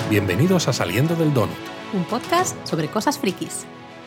Bienvenidos a Saliendo del Donut. Un podcast sobre cosas frikis.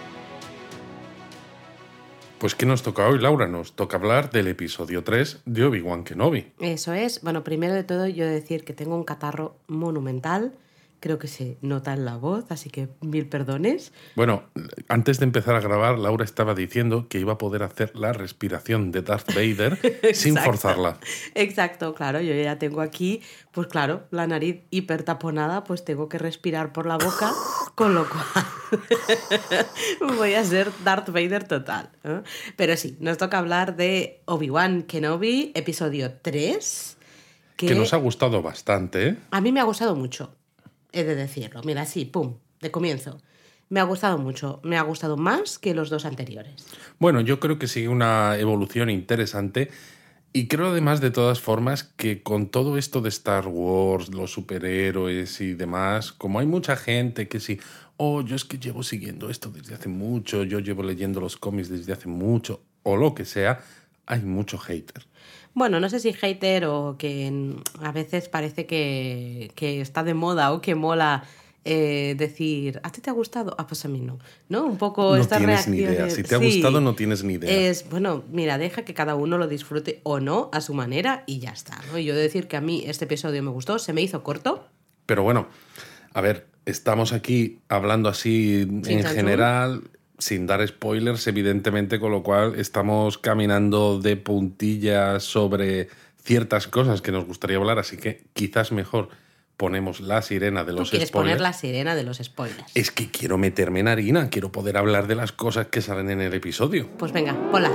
Pues ¿qué nos toca hoy, Laura? Nos toca hablar del episodio 3 de Obi-Wan Kenobi. Eso es. Bueno, primero de todo yo he de decir que tengo un catarro monumental. Creo que se nota en la voz, así que mil perdones. Bueno, antes de empezar a grabar, Laura estaba diciendo que iba a poder hacer la respiración de Darth Vader sin forzarla. Exacto, claro. Yo ya tengo aquí, pues claro, la nariz hipertaponada, pues tengo que respirar por la boca, con lo cual voy a ser Darth Vader total, ¿eh? Pero sí, nos toca hablar de Obi-Wan Kenobi, episodio 3. Que nos ha gustado bastante, ¿eh? A mí me ha gustado mucho. He de decirlo. Mira, así, pum, de comienzo. Me ha gustado mucho. Me ha gustado más que los dos anteriores. Bueno, yo creo que sigue una evolución interesante y creo además de todas formas que con todo esto de Star Wars, los superhéroes y demás, como hay mucha gente que sí, yo es que llevo siguiendo esto desde hace mucho, yo llevo leyendo los cómics desde hace mucho, o lo que sea, hay mucho hater. Bueno, no sé si hater o que a veces parece que está de moda o que mola decir, ¿a ti te ha gustado? Ah, pues a mí no. ¿No? Un poco no esta tienes reacción. ni idea. Si te ha gustado, no tienes ni idea. Bueno, mira, deja que cada uno lo disfrute o no a su manera y ya está, ¿no? Y yo he de decir que a mí este episodio me gustó, se me hizo corto. Pero bueno, a ver, estamos aquí hablando así en general, sin dar spoilers, evidentemente, con lo cual estamos caminando de puntillas sobre ciertas cosas que nos gustaría hablar, así que quizás mejor ponemos la sirena de los spoilers. ¿Tú quieres poner la sirena de los spoilers? Es que quiero meterme en harina, quiero poder hablar de las cosas que salen en el episodio. Pues venga, ponla.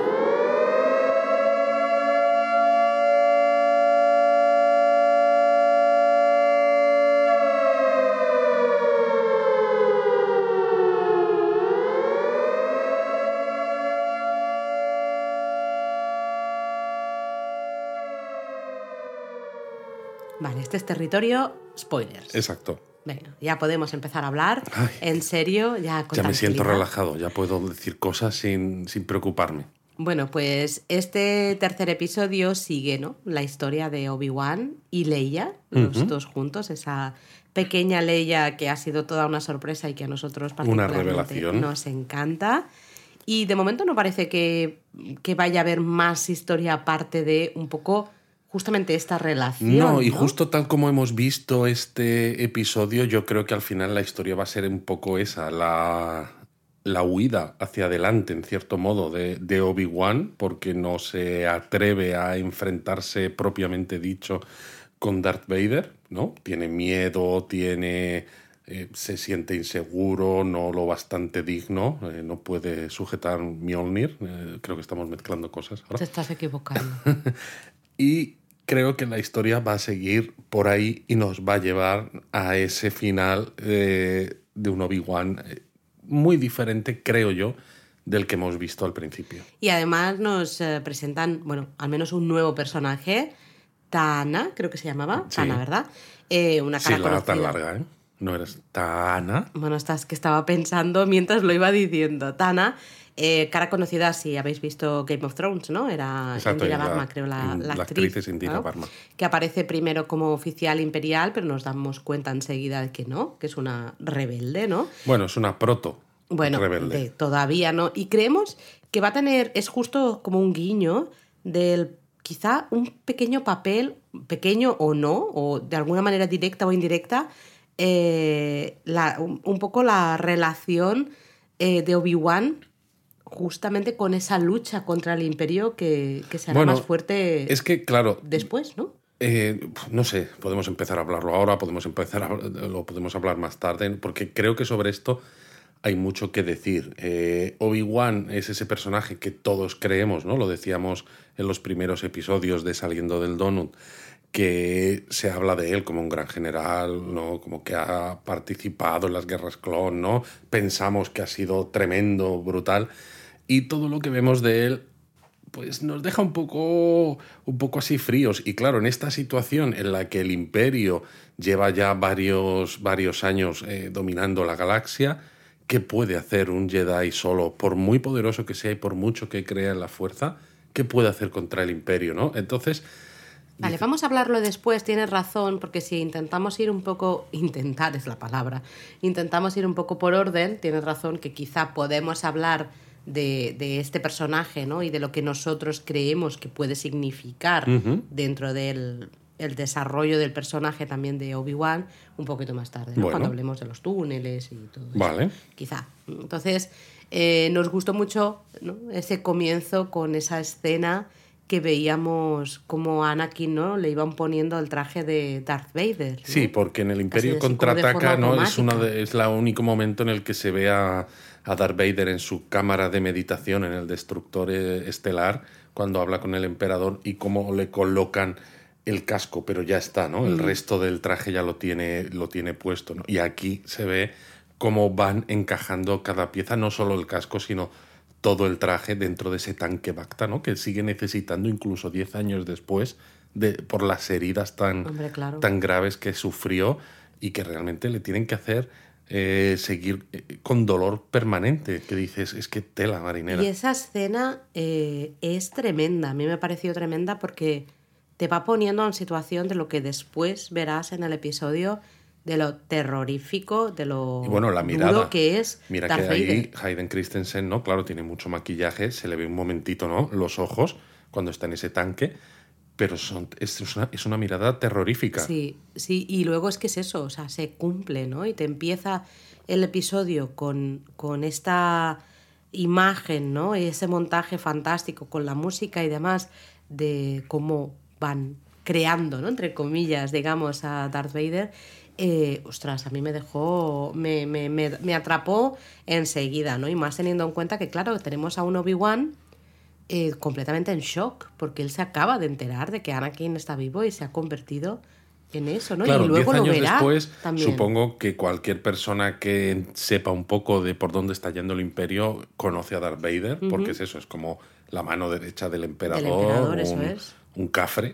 Vale, este es territorio spoilers. Exacto. Venga, ya podemos empezar a hablar. Ay, en serio, ya con ya me siento tranquilidad. relajado, ya puedo decir cosas sin preocuparme. Bueno, pues este tercer episodio sigue, ¿no?, la historia de Obi-Wan y Leia, los dos juntos, esa pequeña Leia que ha sido toda una sorpresa y que a nosotros particularmente una revelación. Nos encanta. Y de momento no parece que vaya a haber más historia aparte de un poco justamente esta relación. No, y justo tal como hemos visto este episodio, yo creo que al final la historia va a ser un poco esa, la huida hacia adelante, en cierto modo, de Obi-Wan, porque no se atreve a enfrentarse propiamente dicho con Darth Vader, ¿no? Tiene miedo, se siente inseguro, no lo bastante digno, no puede sujetar Mjolnir, creo que estamos mezclando cosas ahora. Te estás equivocando. Y creo que la historia va a seguir por ahí y nos va a llevar a ese final de un Obi-Wan muy diferente, creo yo, del que hemos visto al principio. Y además nos presentan, bueno, al menos un nuevo personaje, Tana, creo que se llamaba. Sí. Tana, ¿verdad? Una cara conocida. Tan larga, ¿eh? No eres Tana. Bueno, que estaba pensando mientras lo iba diciendo. Tana, cara conocida si habéis visto Game of Thrones, ¿no? Era Indira Varma, creo, la actriz. Es Indira, ¿no?, Varma. Que aparece primero como oficial imperial, pero nos damos cuenta enseguida de que no, que es una rebelde, ¿no? Bueno, es una rebelde. Todavía no. Y creemos que va a tener, es justo como un guiño del quizá un pequeño papel, pequeño o no, o de alguna manera directa o indirecta, un poco la relación de Obi-Wan justamente con esa lucha contra el Imperio que será más fuerte. Es que, claro, después, ¿no? No sé, podemos empezar a hablarlo ahora, lo podemos hablar más tarde, porque creo que sobre esto hay mucho que decir. Obi-Wan es ese personaje que todos creemos, ¿no? Lo decíamos en los primeros episodios de Saliendo del Donut, que se habla de él como un gran general, ¿no? Como que ha participado en las guerras clon, ¿no? Pensamos que ha sido tremendo, brutal, y todo lo que vemos de él pues nos deja un poco así fríos. Y claro, en esta situación en la que el Imperio lleva ya varios años dominando la galaxia, ¿qué puede hacer un Jedi solo? Por muy poderoso que sea y por mucho que crea en la fuerza, ¿qué puede hacer contra el Imperio, no? Entonces, Vale, Dice- vamos a hablarlo después, tienes razón, porque si intentamos ir un poco, intentar es la palabra, intentamos ir un poco por orden, tienes razón que quizá podemos hablar de este personaje, ¿no? Y de lo que nosotros creemos que puede significar dentro del el desarrollo del personaje también de Obi-Wan un poquito más tarde, ¿no? Bueno. Cuando hablemos de los túneles y todo eso. Vale. Quizá. Entonces, nos gustó mucho, ¿no? Ese comienzo con esa escena que veíamos como Anakin, ¿no? Le iban poniendo el traje de Darth Vader, ¿no? Sí, porque en el Imperio Casi así como de contraataca, forma ¿no? Es automática. es el único momento en el que se ve a Darth Vader en su cámara de meditación en el destructor estelar, cuando habla con el emperador y cómo le colocan el casco, pero ya está, ¿no? El resto del traje ya lo tiene puesto, ¿no? Y aquí se ve cómo van encajando cada pieza, no solo el casco, sino todo el traje dentro de ese tanque Bacta, ¿no? Que sigue necesitando incluso 10 años después por las heridas Hombre, claro. tan graves que sufrió y que realmente le tienen que hacer seguir con dolor permanente, que dices, es que tela marinera. Y esa escena es tremenda. A mí me ha parecido tremenda porque te va poniendo en situación de lo que después verás en el episodio, de lo terrorífico, de lo Y bueno, la duro mirada. que es Mira Darth que ahí Vader. Hayden Christensen, ¿no? Claro, tiene mucho maquillaje, se le ve un momentito, ¿no? Los ojos cuando está en ese tanque, pero es una mirada terrorífica. Sí, sí, y luego es que es eso, o sea, se cumple, ¿no? Y te empieza el episodio con esta imagen, ¿no? Ese montaje fantástico con la música y demás de cómo van creando, ¿no? Entre comillas, digamos, a Darth Vader. Ostras, a mí me dejó, me atrapó enseguida, ¿no? Y más teniendo en cuenta que, claro, tenemos a un Obi-Wan completamente en shock, porque él se acaba de enterar de que Anakin está vivo y se ha convertido en eso, ¿no? Claro, y luego 10 lo años verá después, también. supongo que cualquier persona que sepa un poco de por dónde está yendo el imperio conoce a Darth Vader, porque es eso, es como la mano derecha del emperador, eso es. un cafre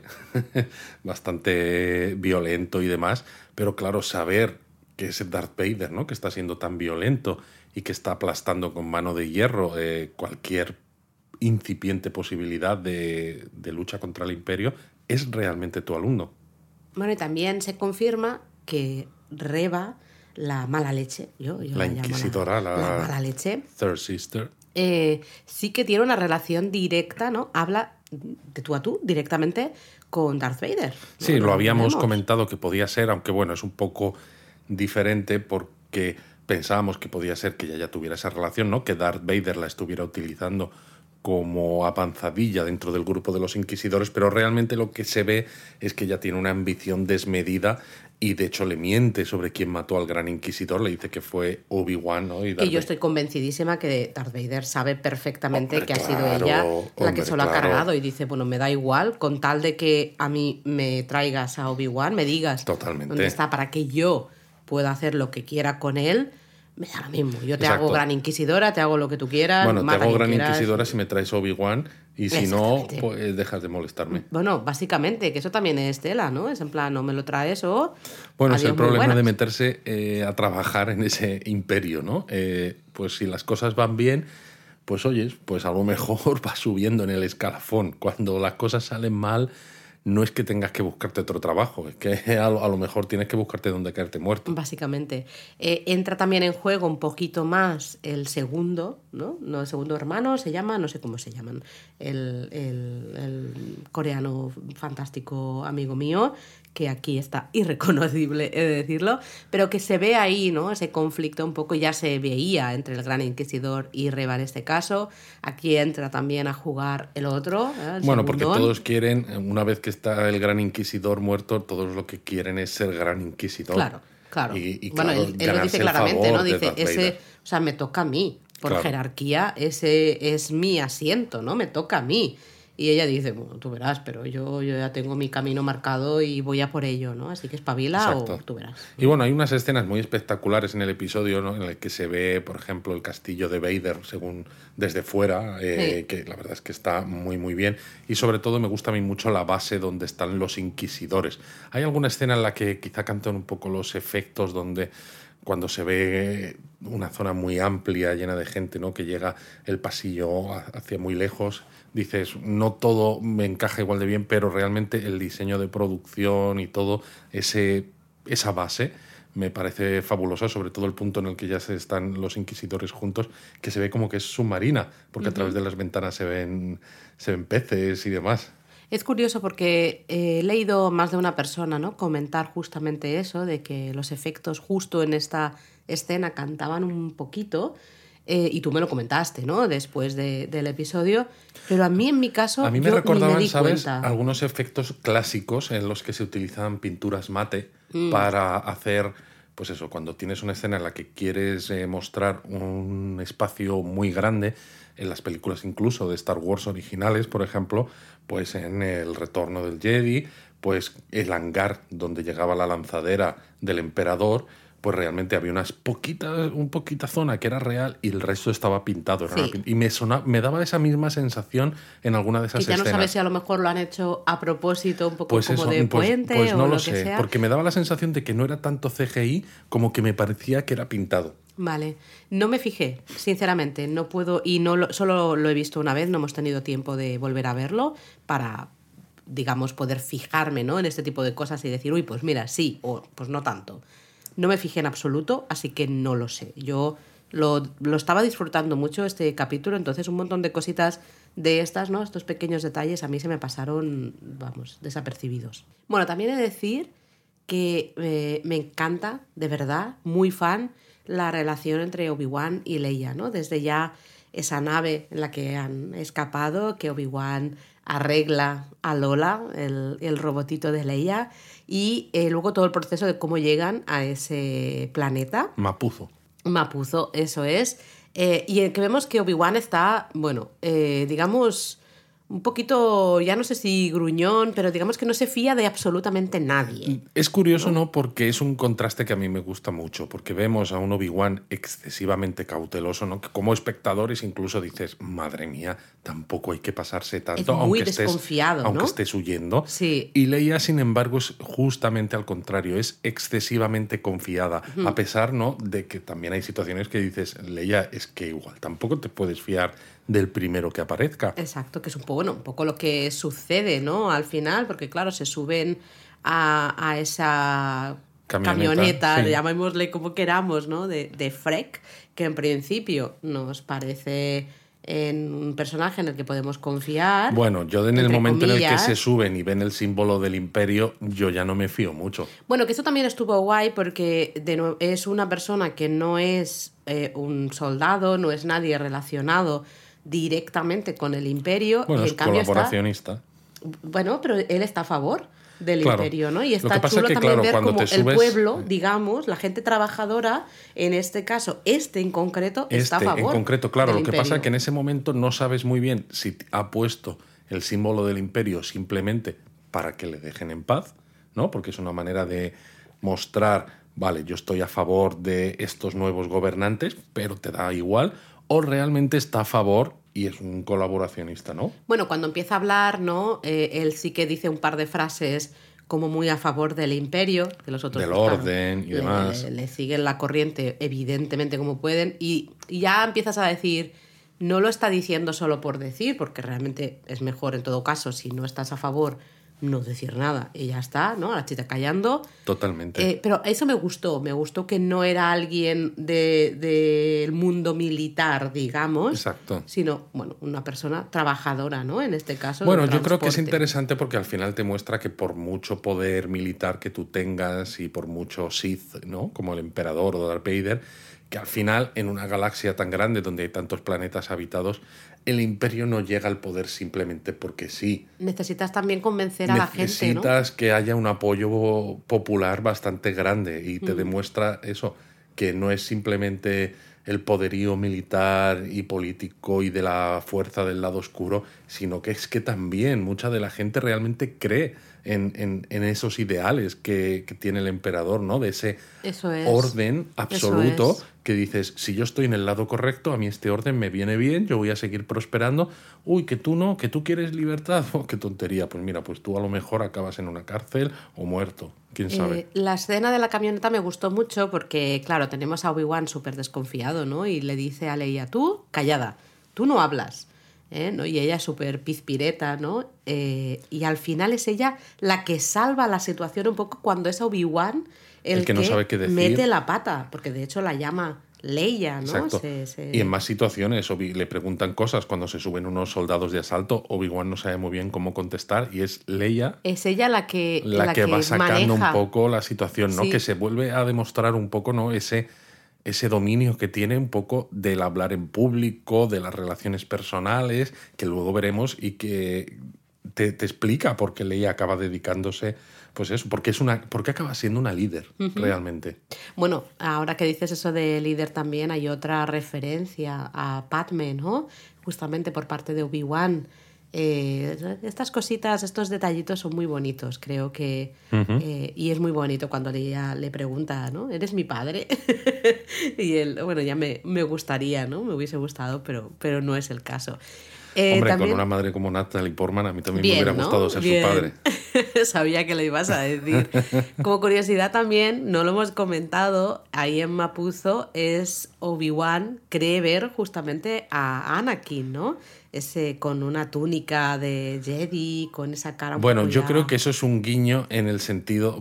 bastante violento y demás, pero claro, saber que es Darth Vader, ¿no? Que está siendo tan violento y que está aplastando con mano de hierro cualquier incipiente posibilidad de lucha contra el imperio, es realmente tu alumno. Bueno, y también se confirma que Reva, la mala leche, yo La llamo inquisidora, la mala leche, Third Sister. sí que tiene una relación directa, ¿no? Habla de tú a tú directamente con Darth Vader, ¿no? Sí, lo habíamos vemos. comentado que podía ser, aunque bueno, es un poco diferente porque pensábamos que podía ser que ella ya tuviera esa relación, ¿no? Que Darth Vader la estuviera utilizando como avanzadilla dentro del grupo de los inquisidores, pero realmente lo que se ve es que ella tiene una ambición desmedida y de hecho le miente sobre quién mató al gran inquisidor, le dice que fue Obi-Wan, ¿no? Y Que yo estoy convencidísima que Darth Vader sabe perfectamente Hombre, que ha sido claro, ella la que hombre, se lo ha claro. cargado y dice, bueno, me da igual, con tal de que a mí me traigas a Obi-Wan, me digas Totalmente. dónde está para que yo pueda hacer lo que quiera con él, me da lo mismo. Yo te Exacto. hago gran inquisidora, te hago lo que tú quieras, Bueno, te mata a hago quien gran quieras. inquisidora si me traes Obi-Wan y si no, Exactamente. pues dejas de molestarme. Bueno, básicamente, que eso también es tela, ¿no? Es en plan, no me lo traes o... Bueno, es adiós, el muy problema buenas. de meterse a trabajar en ese imperio, ¿no? Pues si las cosas van bien, pues oyes, pues a lo mejor vas subiendo en el escalafón. Cuando las cosas salen mal, no es que tengas que buscarte otro trabajo, es que a lo mejor tienes que buscarte donde caerte muerto. Básicamente. Entra también en juego un poquito más el segundo, ¿no? No, el segundo hermano se llama, no sé cómo se llaman, el coreano fantástico amigo mío, que aquí está irreconocible, he de decirlo, pero que se ve ahí, ¿no? Ese conflicto un poco ya se veía entre el Gran Inquisidor y Reva en este caso. Aquí entra también a jugar el otro, el Bueno, porque segundón. todos quieren, una vez que está el gran inquisidor muerto, todos lo que quieren es ser gran inquisidor. Claro, claro. Y Bueno, claro, él lo ganarse dice el claramente, favor ¿no? de Dice, Darth Vader. o sea, me toca a mí. Por Claro. jerarquía, ese es mi asiento, ¿no? Me toca a mí. Y ella dice, bueno, tú verás, pero yo ya tengo mi camino marcado y voy a por ello, ¿no? Así que espabila Exacto. o tú verás. Y bueno, hay unas escenas muy espectaculares en el episodio, ¿no? En el que se ve, por ejemplo, el castillo de Vader según desde fuera, Sí. que la verdad es que está muy muy bien. Y sobre todo me gusta a mí mucho la base donde están los inquisidores. Hay alguna escena en la que quizá cantan un poco los efectos donde cuando se ve una zona muy amplia, llena de gente, ¿no? Que llega el pasillo hacia muy lejos. Dices, no todo me encaja igual de bien, pero realmente el diseño de producción y todo, esa base, me parece fabulosa, sobre todo el punto en el que ya se están los inquisidores juntos, que se ve como que es submarina, porque a través de las ventanas se ven peces y demás. Es curioso porque he leído más de una persona, ¿no?, comentar justamente eso, de que los efectos justo en esta escena cantaban un poquito, y tú me lo comentaste, ¿no?, después del episodio, pero a mí en mi caso A mí me yo ni recordaban, me di ¿sabes?, cuenta. algunos efectos clásicos en los que se utilizan pinturas mate para hacer, pues eso, cuando tienes una escena en la que quieres mostrar un espacio muy grande, en las películas incluso de Star Wars originales, por ejemplo, pues en El Retorno del Jedi, pues el hangar donde llegaba la lanzadera del emperador, pues realmente había un poquita zona que era real y el resto estaba pintado. Sí. Y me daba esa misma sensación en alguna de Que esas ya no escenas. sabes si a lo mejor lo han hecho a propósito, un poco Pues como eso, de pues puente no o lo lo que sé, sea. porque me daba la sensación de que no era tanto CGI como que me parecía que era pintado. Vale, no me fijé, sinceramente, no puedo, y solo lo he visto una vez, no hemos tenido tiempo de volver a verlo para, digamos, poder fijarme, ¿no?, en este tipo de cosas y decir, uy, pues mira, sí, o pues no tanto. No me fijé en absoluto, así que no lo sé. Yo lo estaba disfrutando mucho este capítulo, entonces un montón de cositas de estas, ¿no?, estos pequeños detalles a mí se me pasaron, vamos, desapercibidos. Bueno, también he de decir que me encanta, de verdad, muy fan, la relación entre Obi-Wan y Leia, ¿no? Desde ya esa nave en la que han escapado, que Obi-Wan arregla a Lola, el robotito de Leia, y luego todo el proceso de cómo llegan a ese planeta. Mapuzo. Mapuzo, eso es. Y en que vemos que Obi-Wan está, bueno, digamos, un poquito, ya no sé si gruñón, pero digamos que no se fía de absolutamente nadie. Es curioso, ¿no? Porque es un contraste que a mí me gusta mucho, porque vemos a un Obi-Wan excesivamente cauteloso, ¿no? Que como espectadores incluso dices, madre mía, tampoco hay que pasarse tanto, Es muy desconfiado, aunque ¿no? estés huyendo. Sí. Y Leia, sin embargo, es justamente al contrario, es excesivamente confiada, a pesar, ¿no?, de que también hay situaciones que dices, Leia, es que igual tampoco te puedes fiar del primero que aparezca. Exacto, que es un poco lo que sucede, ¿no?, al final, porque claro, se suben a esa camioneta, sí. llamémosle como queramos, ¿no?, de Freck, que en principio nos parece en un personaje en el que podemos confiar. Bueno, yo en el entre momento en el que comillas. se suben y ven el símbolo del imperio, yo ya no me fío mucho. Bueno, que eso también estuvo guay porque es una persona que no es un soldado, no es nadie relacionado directamente con el imperio. Bueno, Y es en cambio colaboracionista. bueno, pero él está a favor del Claro. imperio, ¿no? Y Lo está que pasa chulo es que, también claro, ver cuando cómo te el subes- pueblo, digamos, la gente trabajadora, en este caso, en concreto, está a favor. En concreto, claro, del lo que pasa imperio. es que en ese momento no sabes muy bien si ha puesto el símbolo del imperio simplemente para que le dejen en paz, ¿no? Porque es una manera de mostrar, vale, yo estoy a favor de estos nuevos gobernantes, pero te da igual, o realmente está a favor y es un colaboracionista, ¿no? Bueno, cuando empieza a hablar, ¿no? Él sí que dice un par de frases como muy a favor del imperio, que los otros Del pues, claro, orden y demás. le siguen la corriente evidentemente como pueden y ya empiezas a decir, no lo está diciendo solo por decir, porque realmente es mejor en todo caso, si no estás a favor, no decir nada y ya está, ¿no? A la chita callando. Totalmente. Pero eso me gustó que no era alguien del mundo militar, digamos, Exacto. sino, bueno, una persona trabajadora, ¿no? En este caso. Bueno, del yo creo que es transporte. interesante porque al final te muestra que por mucho poder militar que tú tengas y por mucho Sith, ¿no?, como el emperador o Darth Vader, que al final en una galaxia tan grande donde hay tantos planetas habitados, el imperio no llega al poder simplemente porque sí. Necesitas también convencer a la gente, ¿no? Necesitas que haya un apoyo popular bastante grande y te demuestra eso, que no es simplemente el poderío militar y político y de la fuerza del lado oscuro, sino que es que también mucha de la gente realmente cree en esos ideales que tiene el emperador, ¿no? De ese Eso es. orden absoluto Eso es. que dices, si yo estoy en el lado correcto, a mí este orden me viene bien, yo voy a seguir prosperando. Uy, que tú no, que tú quieres libertad. Oh, qué tontería. Pues mira, pues tú a lo mejor acabas en una cárcel o muerto. ¿Quién sabe? La escena de la camioneta me gustó mucho porque, claro, tenemos a Obi-Wan súper desconfiado, ¿no? Y le dice a Leia, tú, callada, tú no hablas. ¿No? Y ella súper pizpireta, ¿no? Y al final es ella la que salva la situación un poco cuando es Obi-Wan el que no sabe qué decir. mete la pata, porque de hecho la llama Leia, ¿no? Exacto. Y en más situaciones le preguntan cosas cuando se suben unos soldados de asalto, Obi-Wan no sabe muy bien cómo contestar y es Leia es ella la que va sacando maneja un poco la situación, ¿no? Sí. Que se vuelve a demostrar un poco, ¿no? Ese dominio que tiene un poco del hablar en público, de las relaciones personales, que luego veremos y que te explica por qué Leia acaba dedicándose, pues eso, porque acaba siendo una líder, realmente. Bueno, ahora que dices eso de líder también hay otra referencia a Padme, ¿no? Justamente por parte de Obi-Wan. Estas cositas, estos detallitos son muy bonitos, creo que... y es muy bonito cuando ella le pregunta, ¿no? ¿Eres mi padre? Y él, bueno, ya me gustaría, ¿no? Me hubiese gustado, pero no es el caso. Hombre, también... con una madre como Natalie Portman, a mí también Bien, me hubiera ¿no? gustado ser Bien. su padre. Sabía que lo ibas a decir. Como curiosidad también, no lo hemos comentado, ahí en Mapuzo es Obi-Wan cree ver justamente a Anakin, ¿no? Ese con una túnica de Jedi, con esa cara un Bueno, poco yo ya... creo que eso es un guiño en el sentido,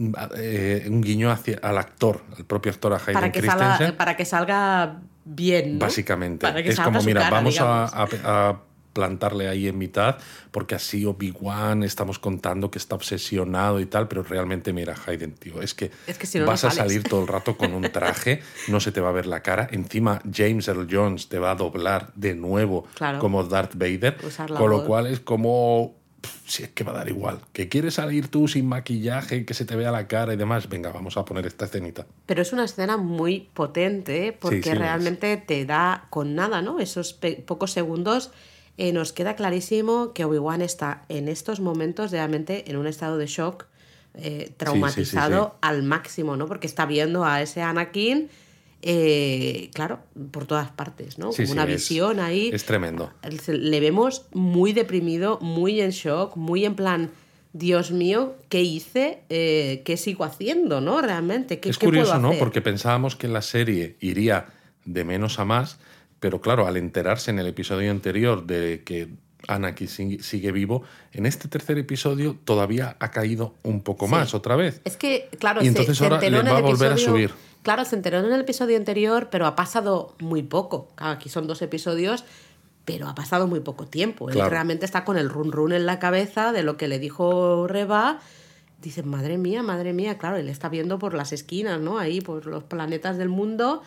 un guiño al actor, al propio actor, a Hayden Christensen. Para que salga bien, ¿no? Básicamente. Para que Es salga como, su mira, cara, vamos digamos. a plantarle ahí en mitad, porque así Obi-Wan estamos contando que está obsesionado y tal, pero realmente, mira, Hayden, tío, es que si no, vas no a sales. salir todo el rato con un traje, no se te va a ver la cara. Encima, James Earl Jones te va a doblar de nuevo Claro. como Darth Vader, Usar la con lo voz. cual es como... Si es que va a dar igual. ¿Que quieres salir tú sin maquillaje, que se te vea la cara y demás? Venga, vamos a poner esta escenita. Pero es una escena muy potente porque Sí, sí, realmente te da con nada, ¿no? Esos pocos segundos nos queda clarísimo que Obi-Wan está en estos momentos realmente en un estado de shock, traumatizado Sí. al máximo, ¿no? Porque está viendo a ese Anakin, claro, por todas partes, ¿no? Sí, Como una sí, visión ahí. Es tremendo. Le vemos muy deprimido, muy en shock, muy en plan... Dios mío, ¿qué hice? ¿Qué sigo haciendo, no? Realmente, ¿qué Es puedo curioso, hacer? ¿no? Porque pensábamos que la serie iría de menos a más, pero claro, al enterarse en el episodio anterior de que Anakin sigue vivo, en este tercer episodio todavía ha caído un poco Sí. más otra vez. Es que, claro, Y entonces ahora enteró le en va el a volver a episodio- subir. Claro, se enteró en el episodio anterior, pero ha pasado muy poco. Claro, aquí son 2 episodios, pero ha pasado muy poco tiempo. Claro. Él realmente está con el run run en la cabeza de lo que le dijo Reba. Dice, madre mía, claro, él está viendo por las esquinas, ¿no? Ahí, por los planetas del mundo,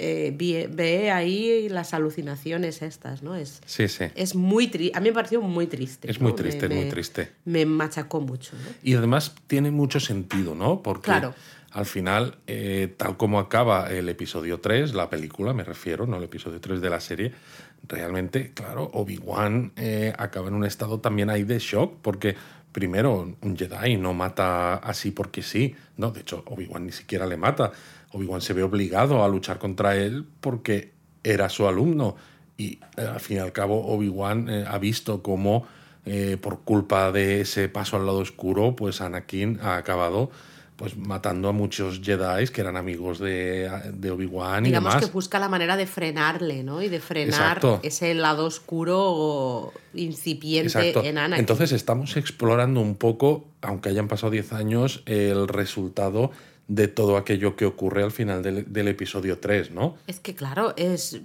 ve ahí las alucinaciones estas, ¿no? Sí. Es muy triste. A mí me pareció muy triste. Es ¿no? muy triste, es muy triste. Me machacó mucho, ¿no? Y además tiene mucho sentido, ¿no? Porque Claro. al final, tal como acaba el episodio 3, la película, me refiero, no el episodio 3 de la serie, realmente, claro, Obi-Wan acaba en un estado también ahí de shock, porque primero, un Jedi no mata así porque sí, no, de hecho, Obi-Wan ni siquiera le mata. Obi-Wan se ve obligado a luchar contra él porque era su alumno y al fin y al cabo Obi-Wan ha visto cómo por culpa de ese paso al lado oscuro, pues Anakin ha acabado pues matando a muchos Jedi que eran amigos de Obi-Wan y Digamos demás. que busca la manera de frenarle, ¿no? Y de frenar Exacto. ese lado oscuro incipiente Exacto. en Anakin. Entonces estamos explorando un poco, aunque hayan pasado 10 años, el resultado de todo aquello que ocurre al final del episodio 3, ¿no? Es que, claro, es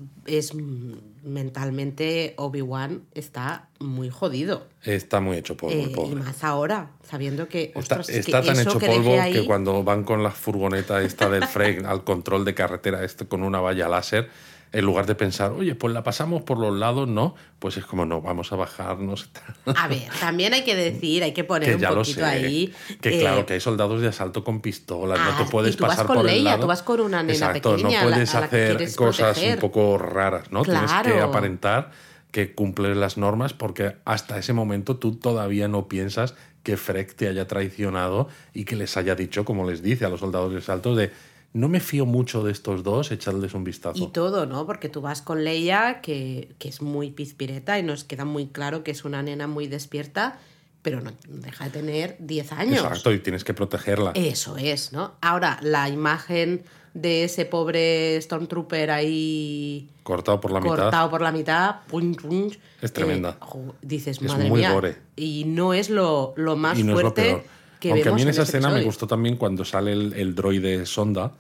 mentalmente Obi-Wan está muy jodido. Está muy hecho polvo, el Y pobre. más ahora, sabiendo que, ostras, es Está que tan eso hecho que polvo dejé ahí... que cuando van con la furgoneta esta del Frey al control de carretera con una valla láser, en lugar de pensar, oye, pues la pasamos por los lados, no, pues es como, no, vamos a bajarnos. A ver, también hay que decir, hay que poner Que un ya lo poquito sé, ahí... que claro, que hay soldados de asalto con pistolas, no te puedes y tú vas pasar con por el Leia, lado. tú vas con una nena Exacto, pequeña no puedes a la que hacer quieres cosas proteger. un poco raras, ¿no? Tienes que Claro. aparentar que cumples las normas, porque hasta ese momento tú todavía no piensas que Freck te haya traicionado y que les haya dicho, como les dice a los soldados de saltos, de no me fío mucho de estos dos, echadles un vistazo. Y todo, ¿no? Porque tú vas con Leia, que es muy pizpireta y nos queda muy claro que es una nena muy despierta, pero no deja de tener 10 años. Exacto, y tienes que protegerla. Eso es, ¿no? Ahora, la imagen de ese pobre Stormtrooper ahí... Cortado por la mitad. Punch, punch, Es tremenda. Dices, Es madre muy mía. gore. Y no es lo más Y no es lo fuerte peor. que Aunque a vemos mí en esa este escena me episodio. gustó también cuando sale el droide sonda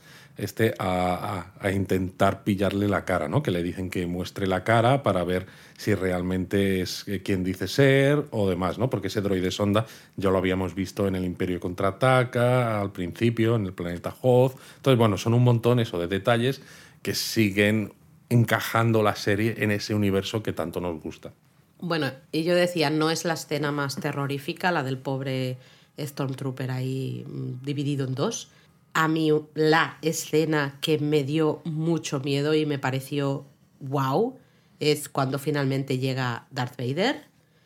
a intentar pillarle la cara, ¿no? Que le dicen que muestre la cara para ver si realmente es quien dice ser o demás, ¿no? Porque ese droide sonda ya lo habíamos visto en el Imperio Contraataca, al principio, en el planeta Hoth. Entonces, bueno, son un montón eso de detalles que siguen encajando la serie en ese universo que tanto nos gusta. Bueno, y yo decía, no es la escena más terrorífica, la del pobre Stormtrooper ahí dividido en dos. A mí la escena que me dio mucho miedo y me pareció wow es cuando finalmente llega Darth Vader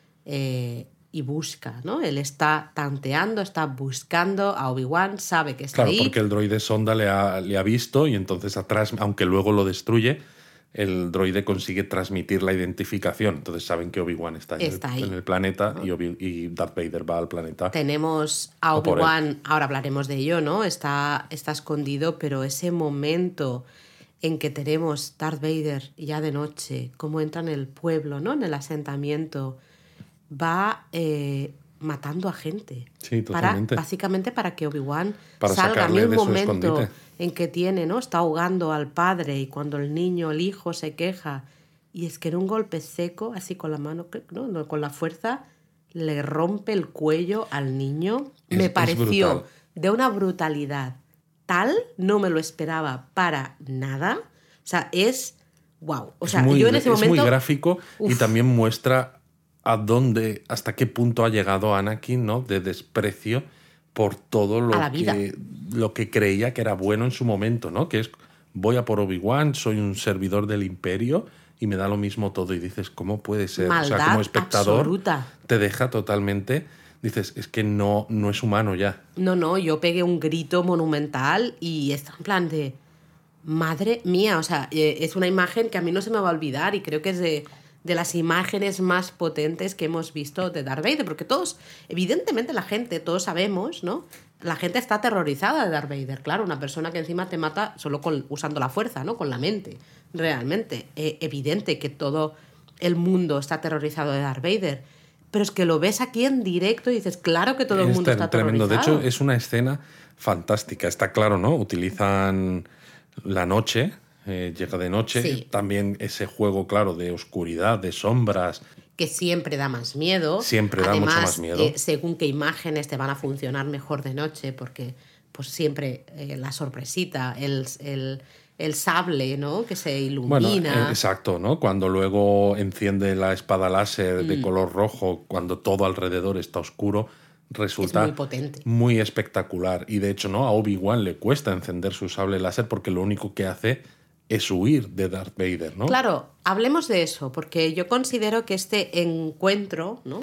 y busca, ¿no? Él está tanteando, está buscando a Obi-Wan, sabe que está ahí. Claro, porque el droide sonda le ha visto y entonces atrás, aunque luego lo destruye, el droide consigue transmitir la identificación. Entonces saben que Obi-Wan está en el planeta y Darth Vader va al planeta. Tenemos a Obi-Wan, ahora hablaremos de ello, ¿no? Está escondido, pero ese momento en que tenemos Darth Vader ya de noche, cómo entra en el pueblo, ¿no? En el asentamiento, va matando a gente. Sí, totalmente. Básicamente para que Obi-Wan para salga. A mí un de su momento escondite. En que tiene, ¿no? Está ahogando al padre y cuando el niño, el hijo, se queja y es que en un golpe seco, así con la mano, ¿no? Con la fuerza, le rompe el cuello al niño. Me pareció de una brutalidad tal, no me lo esperaba para nada. O sea, es wow. O sea, yo en ese momento... Es muy gráfico y también muestra hasta qué punto ha llegado Anakin, ¿no? De desprecio por todo lo que creía que era bueno en su momento, ¿no? Que es, voy a por Obi-Wan, soy un servidor del Imperio y me da lo mismo todo. Y dices, ¿cómo puede ser? Maldad, o sea, como espectador absoluta. Te deja totalmente... Dices, es que no es humano ya. No, yo pegué un grito monumental y está en plan de... Madre mía, o sea, es una imagen que a mí no se me va a olvidar y creo que es de las imágenes más potentes que hemos visto de Darth Vader, porque todos, evidentemente la gente, todos sabemos, ¿no? La gente está aterrorizada de Darth Vader, claro, una persona que encima te mata solo usando la fuerza, ¿no? Con la mente, realmente. Evidente que todo el mundo está aterrorizado de Darth Vader, pero es que lo ves aquí en directo y dices, claro que todo el mundo está tremendo. aterrorizado. De hecho, es una escena fantástica, está claro, ¿no? Utilizan la noche, llega de noche, sí. También ese juego, claro, de oscuridad, de sombras. Que siempre da más miedo. Siempre da mucho más miedo. Según qué imágenes te van a funcionar mejor de noche, porque pues siempre la sorpresita, el sable, ¿no? Que se ilumina. Bueno, exacto, ¿no? Cuando luego enciende la espada láser de color rojo, cuando todo alrededor está oscuro, resulta es muy potente, muy espectacular. Y de hecho, ¿no? A Obi-Wan le cuesta encender su sable láser porque lo único que hace es huir de Darth Vader, ¿no? Claro, hablemos de eso, porque yo considero que este encuentro, ¿no?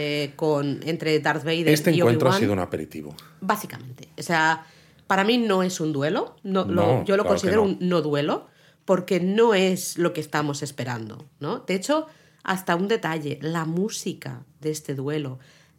Entre Darth Vader y Obi-Wan... Este encuentro ha sido un aperitivo. Básicamente. O sea, para mí no es un duelo. Yo lo considero un no duelo, porque no es lo que estamos esperando, ¿no? De hecho, hasta un detalle, la música de este duelo...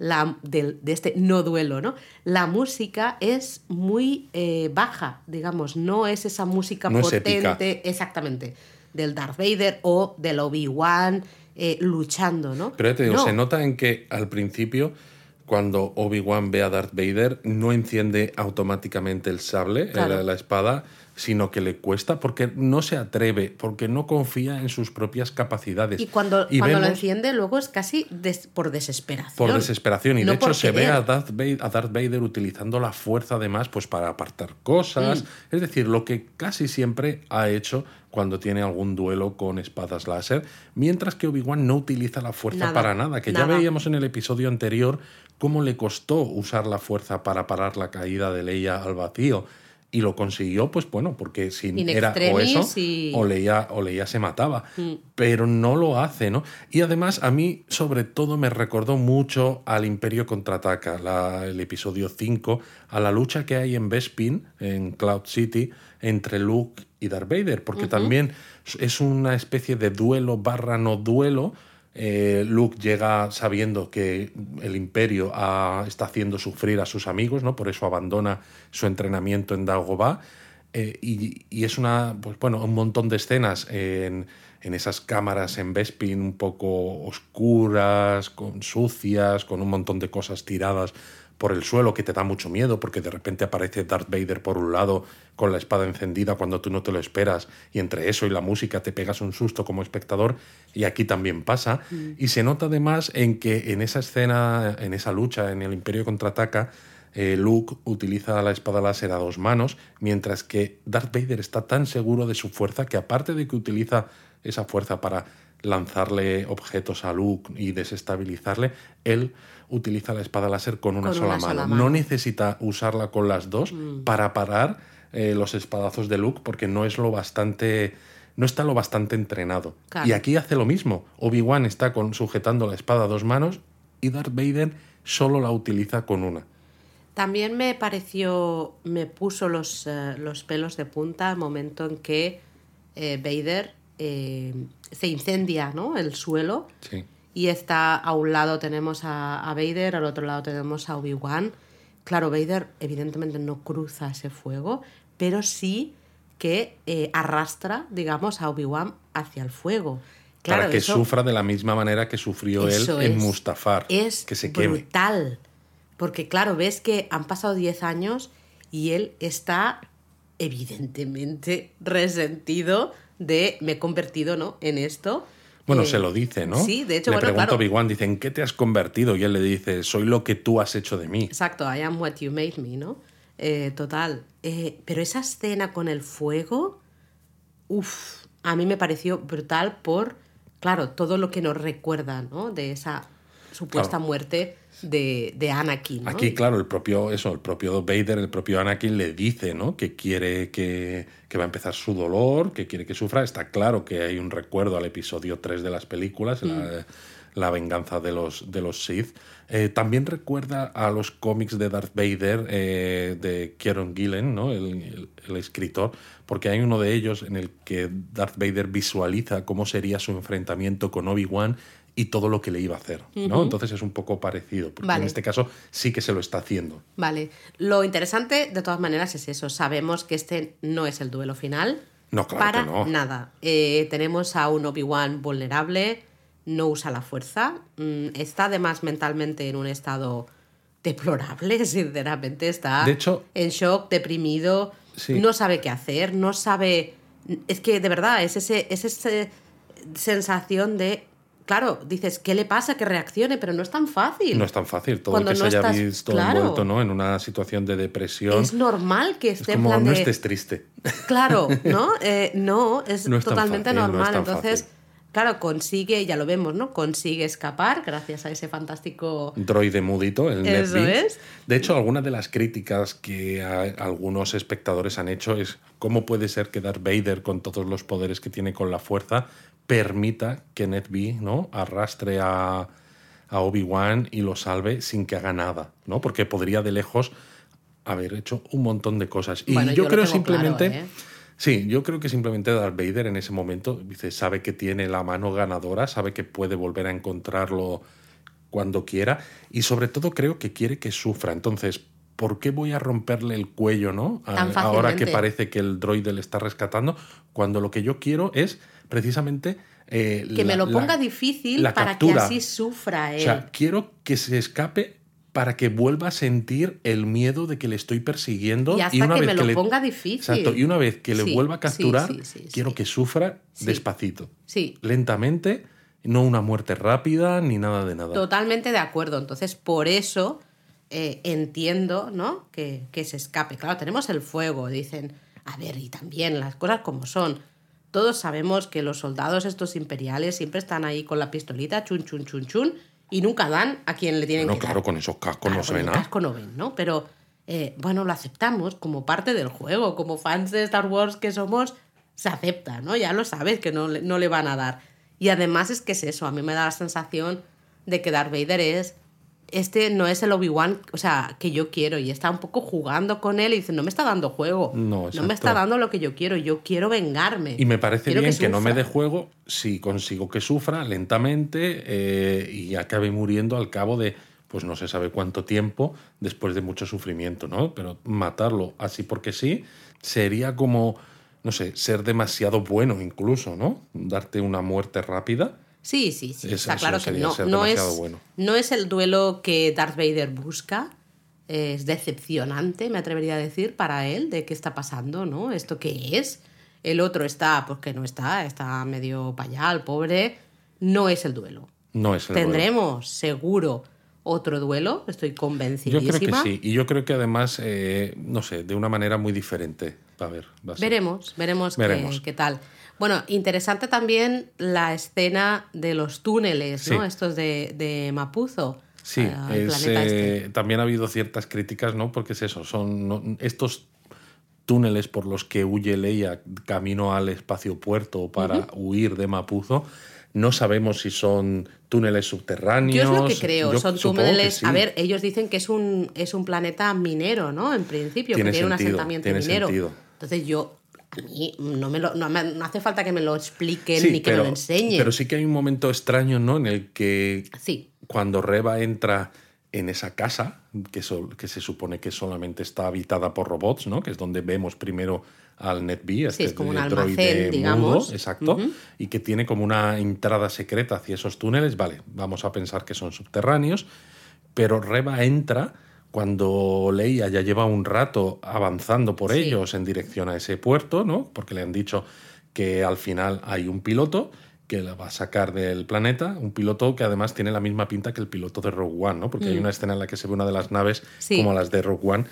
de este no duelo, ¿no? La música es muy baja, digamos, no es esa música potente, exactamente, del Darth Vader o del Obi-Wan luchando, ¿no? Pero te digo, se nota en que al principio, cuando Obi-Wan ve a Darth Vader, no enciende automáticamente el sable, claro. la espada, sino que le cuesta porque no se atreve, porque no confía en sus propias capacidades. Y cuando lo enciende, luego es casi por desesperación. Por desesperación. Y no de hecho se ve a Darth Vader utilizando la fuerza además pues, para apartar cosas. Es decir, lo que casi siempre ha hecho cuando tiene algún duelo con espadas láser, mientras que Obi-Wan no utiliza la fuerza para nada. Que ya veíamos en el episodio anterior cómo le costó usar la fuerza para parar la caída de Leia al vacío. y lo consiguió, pues bueno, porque si In era o extremis eso, y- o leía se mataba. Pero no lo hace, ¿no? Y además a mí, sobre todo, me recordó mucho al Imperio Contraataca, el episodio 5, a la lucha que hay en Bespin, en Cloud City, entre Luke y Darth Vader, porque también es una especie de duelo / no duelo. Luke llega sabiendo que el Imperio está haciendo sufrir a sus amigos, ¿no? Por eso abandona su entrenamiento en Dagobah. Y es pues bueno, un montón de escenas en esas cámaras en Bespin un poco oscuras, sucias, con un montón de cosas tiradas por el suelo que te da mucho miedo, porque de repente aparece Darth Vader por un lado con la espada encendida cuando tú no te lo esperas, y entre eso y la música te pegas un susto como espectador, y aquí también pasa. Y se nota además en que en esa escena, en esa lucha en el Imperio Contraataca, Luke utiliza la espada láser a 2 manos, mientras que Darth Vader está tan seguro de su fuerza que, aparte de que utiliza esa fuerza para lanzarle objetos a Luke y desestabilizarle, él utiliza la espada láser con una sola mano. No necesita usarla con las dos para parar los espadazos de Luke, porque no está lo bastante entrenado. Claro. Y aquí hace lo mismo. Obi-Wan está sujetando la espada a 2 manos y Darth Vader solo la utiliza con una. También me puso los pelos de punta el momento en que Vader se incendia, ¿no? El suelo. Sí. Y a un lado tenemos a Vader, al otro lado tenemos a Obi-Wan. Claro, Vader evidentemente no cruza ese fuego, pero sí que arrastra, digamos, a Obi-Wan hacia el fuego. Claro, para que sufra de la misma manera que sufrió él en Mustafar. Es que se brutal. Queme. Porque claro, ves que han pasado 10 años y él está evidentemente resentido de me he convertido, ¿no?, en esto. Bueno, se lo dice, ¿no? Sí, de hecho, le pregunta claro. a Obi-Wan, dice, ¿en qué te has convertido? Y él le dice, soy lo que tú has hecho de mí. Exacto, I am what you made me, ¿no? Total. Pero esa escena con el fuego, a mí me pareció brutal por, claro, todo lo que nos recuerda, ¿no?, de esa supuesta muerte de Anakin, ¿no? Aquí, claro, el propio Vader, el propio Anakin le dice, ¿no?, que quiere que va a empezar su dolor, que quiere que sufra. Está claro que hay un recuerdo al episodio 3 de las películas, la venganza de los Sith. También recuerda a los cómics de Darth Vader de Kieron Gillen, ¿no?, el escritor, porque hay uno de ellos en el que Darth Vader visualiza cómo sería su enfrentamiento con Obi-Wan y todo lo que le iba a hacer, ¿no? Entonces es un poco parecido, porque en este caso sí que se lo está haciendo. Vale. Lo interesante, de todas maneras, es eso. Sabemos que este no es el duelo final. No, claro para que no. nada. Tenemos a un Obi-Wan vulnerable, no usa la fuerza, está además mentalmente en un estado deplorable, sinceramente. Está de hecho, en shock, deprimido, no sabe qué hacer, no sabe... Es que, de verdad, es esa sensación de... Claro, dices, ¿qué le pasa? Que reaccione, pero no es tan fácil. No es tan fácil. Todo cuando el que no se haya estás, visto envuelto, ¿no?, en una situación de depresión. Es normal que esté es como, en plan no de... estés triste. Claro, ¿no? No, es no es totalmente fácil, normal. No es tan Entonces, fácil. Claro, consigue, ya lo vemos, ¿no? Consigue escapar gracias a ese fantástico... droide mudito, el Eso NetBeam. es. De hecho, algunas de las críticas que algunos espectadores han hecho es cómo puede ser que Darth Vader, con todos los poderes que tiene con la fuerza, permita que NetBeam, ¿no?, arrastre a Obi-Wan y lo salve sin que haga nada, ¿no? Porque podría de lejos haber hecho un montón de cosas. Y bueno, yo creo simplemente... claro, Sí, yo creo que simplemente Darth Vader en ese momento sabe que tiene la mano ganadora, sabe que puede volver a encontrarlo cuando quiera y sobre todo creo que quiere que sufra. Entonces, ¿por qué voy a romperle el cuello, ¿no?, ahora que parece que el droide le está rescatando, cuando lo que yo quiero es precisamente... que me lo ponga difícil para captura. Que así sufra él. O sea, quiero que se escape para que vuelva a sentir el miedo de que le estoy persiguiendo. Y hasta una que vez me lo ponga difícil. Exacto, y una vez que le vuelva a capturar, quiero que sufra despacito. Sí. Lentamente, no una muerte rápida ni nada de nada. Totalmente de acuerdo. Entonces, por eso entiendo, ¿no?, que se escape. Claro, tenemos el fuego, dicen. A ver, y también las cosas como son. Todos sabemos que los soldados estos imperiales siempre están ahí con la pistolita, chun, chun, chun, chun, y nunca dan a quien le tienen que dar. Claro, con esos cascos no se ven nada. Con el casco no ven, ¿no? Pero bueno, lo aceptamos como parte del juego, como fans de Star Wars que somos, se acepta, ¿no? Ya lo sabes que no le van a dar. Y además es que es eso, a mí me da la sensación de que Darth Vader no es el Obi-Wan, o sea, que yo quiero, y está un poco jugando con él y dice, no me está dando juego, no me está dando lo que yo quiero vengarme. Y me parece bien que no me dé juego si consigo que sufra lentamente y acabe muriendo al cabo de, pues no se sabe cuánto tiempo, después de mucho sufrimiento, ¿no? Pero matarlo así porque sí sería como, no sé, ser demasiado bueno incluso, ¿no? Darte una muerte rápida. Sí, está claro que no es el duelo que Darth Vader busca, es decepcionante, me atrevería a decir, para él, de qué está pasando, ¿no? ¿Esto qué es? El otro está, pues que no está medio para allá, el pobre, no es el duelo. No es el duelo. Tendremos, seguro, otro duelo, estoy convencidísima. Yo creo que sí, y yo creo que además, no sé, de una manera muy diferente. Veremos qué tal. Bueno, interesante también la escena de los túneles, ¿no? Estos de Mapuzo. Sí, también ha habido ciertas críticas, ¿no? Porque es eso, son estos túneles por los que huye Leia camino al espaciopuerto para huir de Mapuzo. No sabemos si son túneles subterráneos. Yo es lo que creo, son túneles... Sí. A ver, ellos dicen que es un planeta minero, ¿no? En principio, que tiene un asentamiento minero. Sentido. Entonces a mí no hace falta que me lo expliquen ni que me lo enseñen. Pero sí que hay un momento extraño, ¿no? En el que cuando Reva entra en esa casa, que se supone que solamente está habitada por robots, ¿no? Que es donde vemos primero al NetB, es como un almacén, digamos. Mudo, exacto, y que tiene como una entrada secreta hacia esos túneles. Vale, vamos a pensar que son subterráneos, pero Reva entra cuando Leia ya lleva un rato avanzando por ellos en dirección a ese puerto, ¿no? Porque le han dicho que al final hay un piloto que la va a sacar del planeta, un piloto que además tiene la misma pinta que el piloto de Rogue One, ¿no? Porque hay una escena en la que se ve una de las naves como las de Rogue One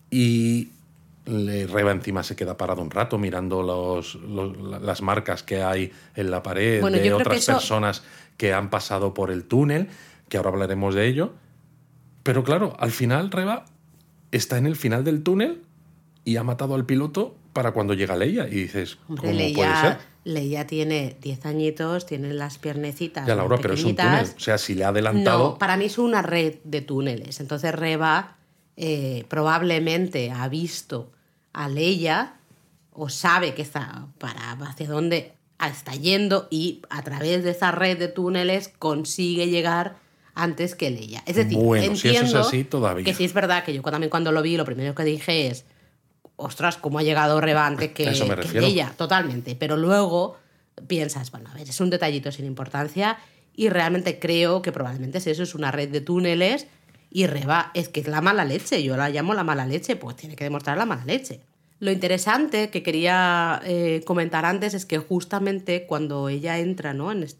y Reva encima se queda parado un rato mirando las marcas que hay en la pared de otras personas que han pasado por el túnel, que ahora hablaremos de ello. Pero claro, al final Reva está en el final del túnel y ha matado al piloto para cuando llega Leia. Y dices, ¿cómo puede ser? Leia tiene 10 añitos, tiene las piernecitas ya, Laura, pero es un túnel. O sea, si le ha adelantado... No, para mí es una red de túneles. Entonces Reva probablemente ha visto a Leia o sabe que está hacia dónde está yendo y a través de esa red de túneles consigue llegar antes que Leia. Es decir, entiendo si eso es así, todavía. Que sí es verdad que yo también cuando lo vi, lo primero que dije es, ostras, ¿cómo ha llegado Reva antes que Leia? Totalmente. Pero luego piensas, bueno, a ver, es un detallito sin importancia y realmente creo que probablemente eso es una red de túneles y Reva es que es la mala leche. Yo la llamo la mala leche, pues tiene que demostrar la mala leche. Lo interesante que quería comentar antes es que justamente cuando ella entra, ¿no? en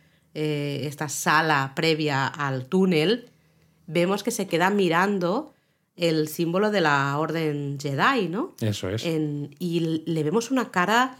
esta sala previa al túnel, vemos que se queda mirando el símbolo de la Orden Jedi, ¿no? Eso es. Y le vemos una cara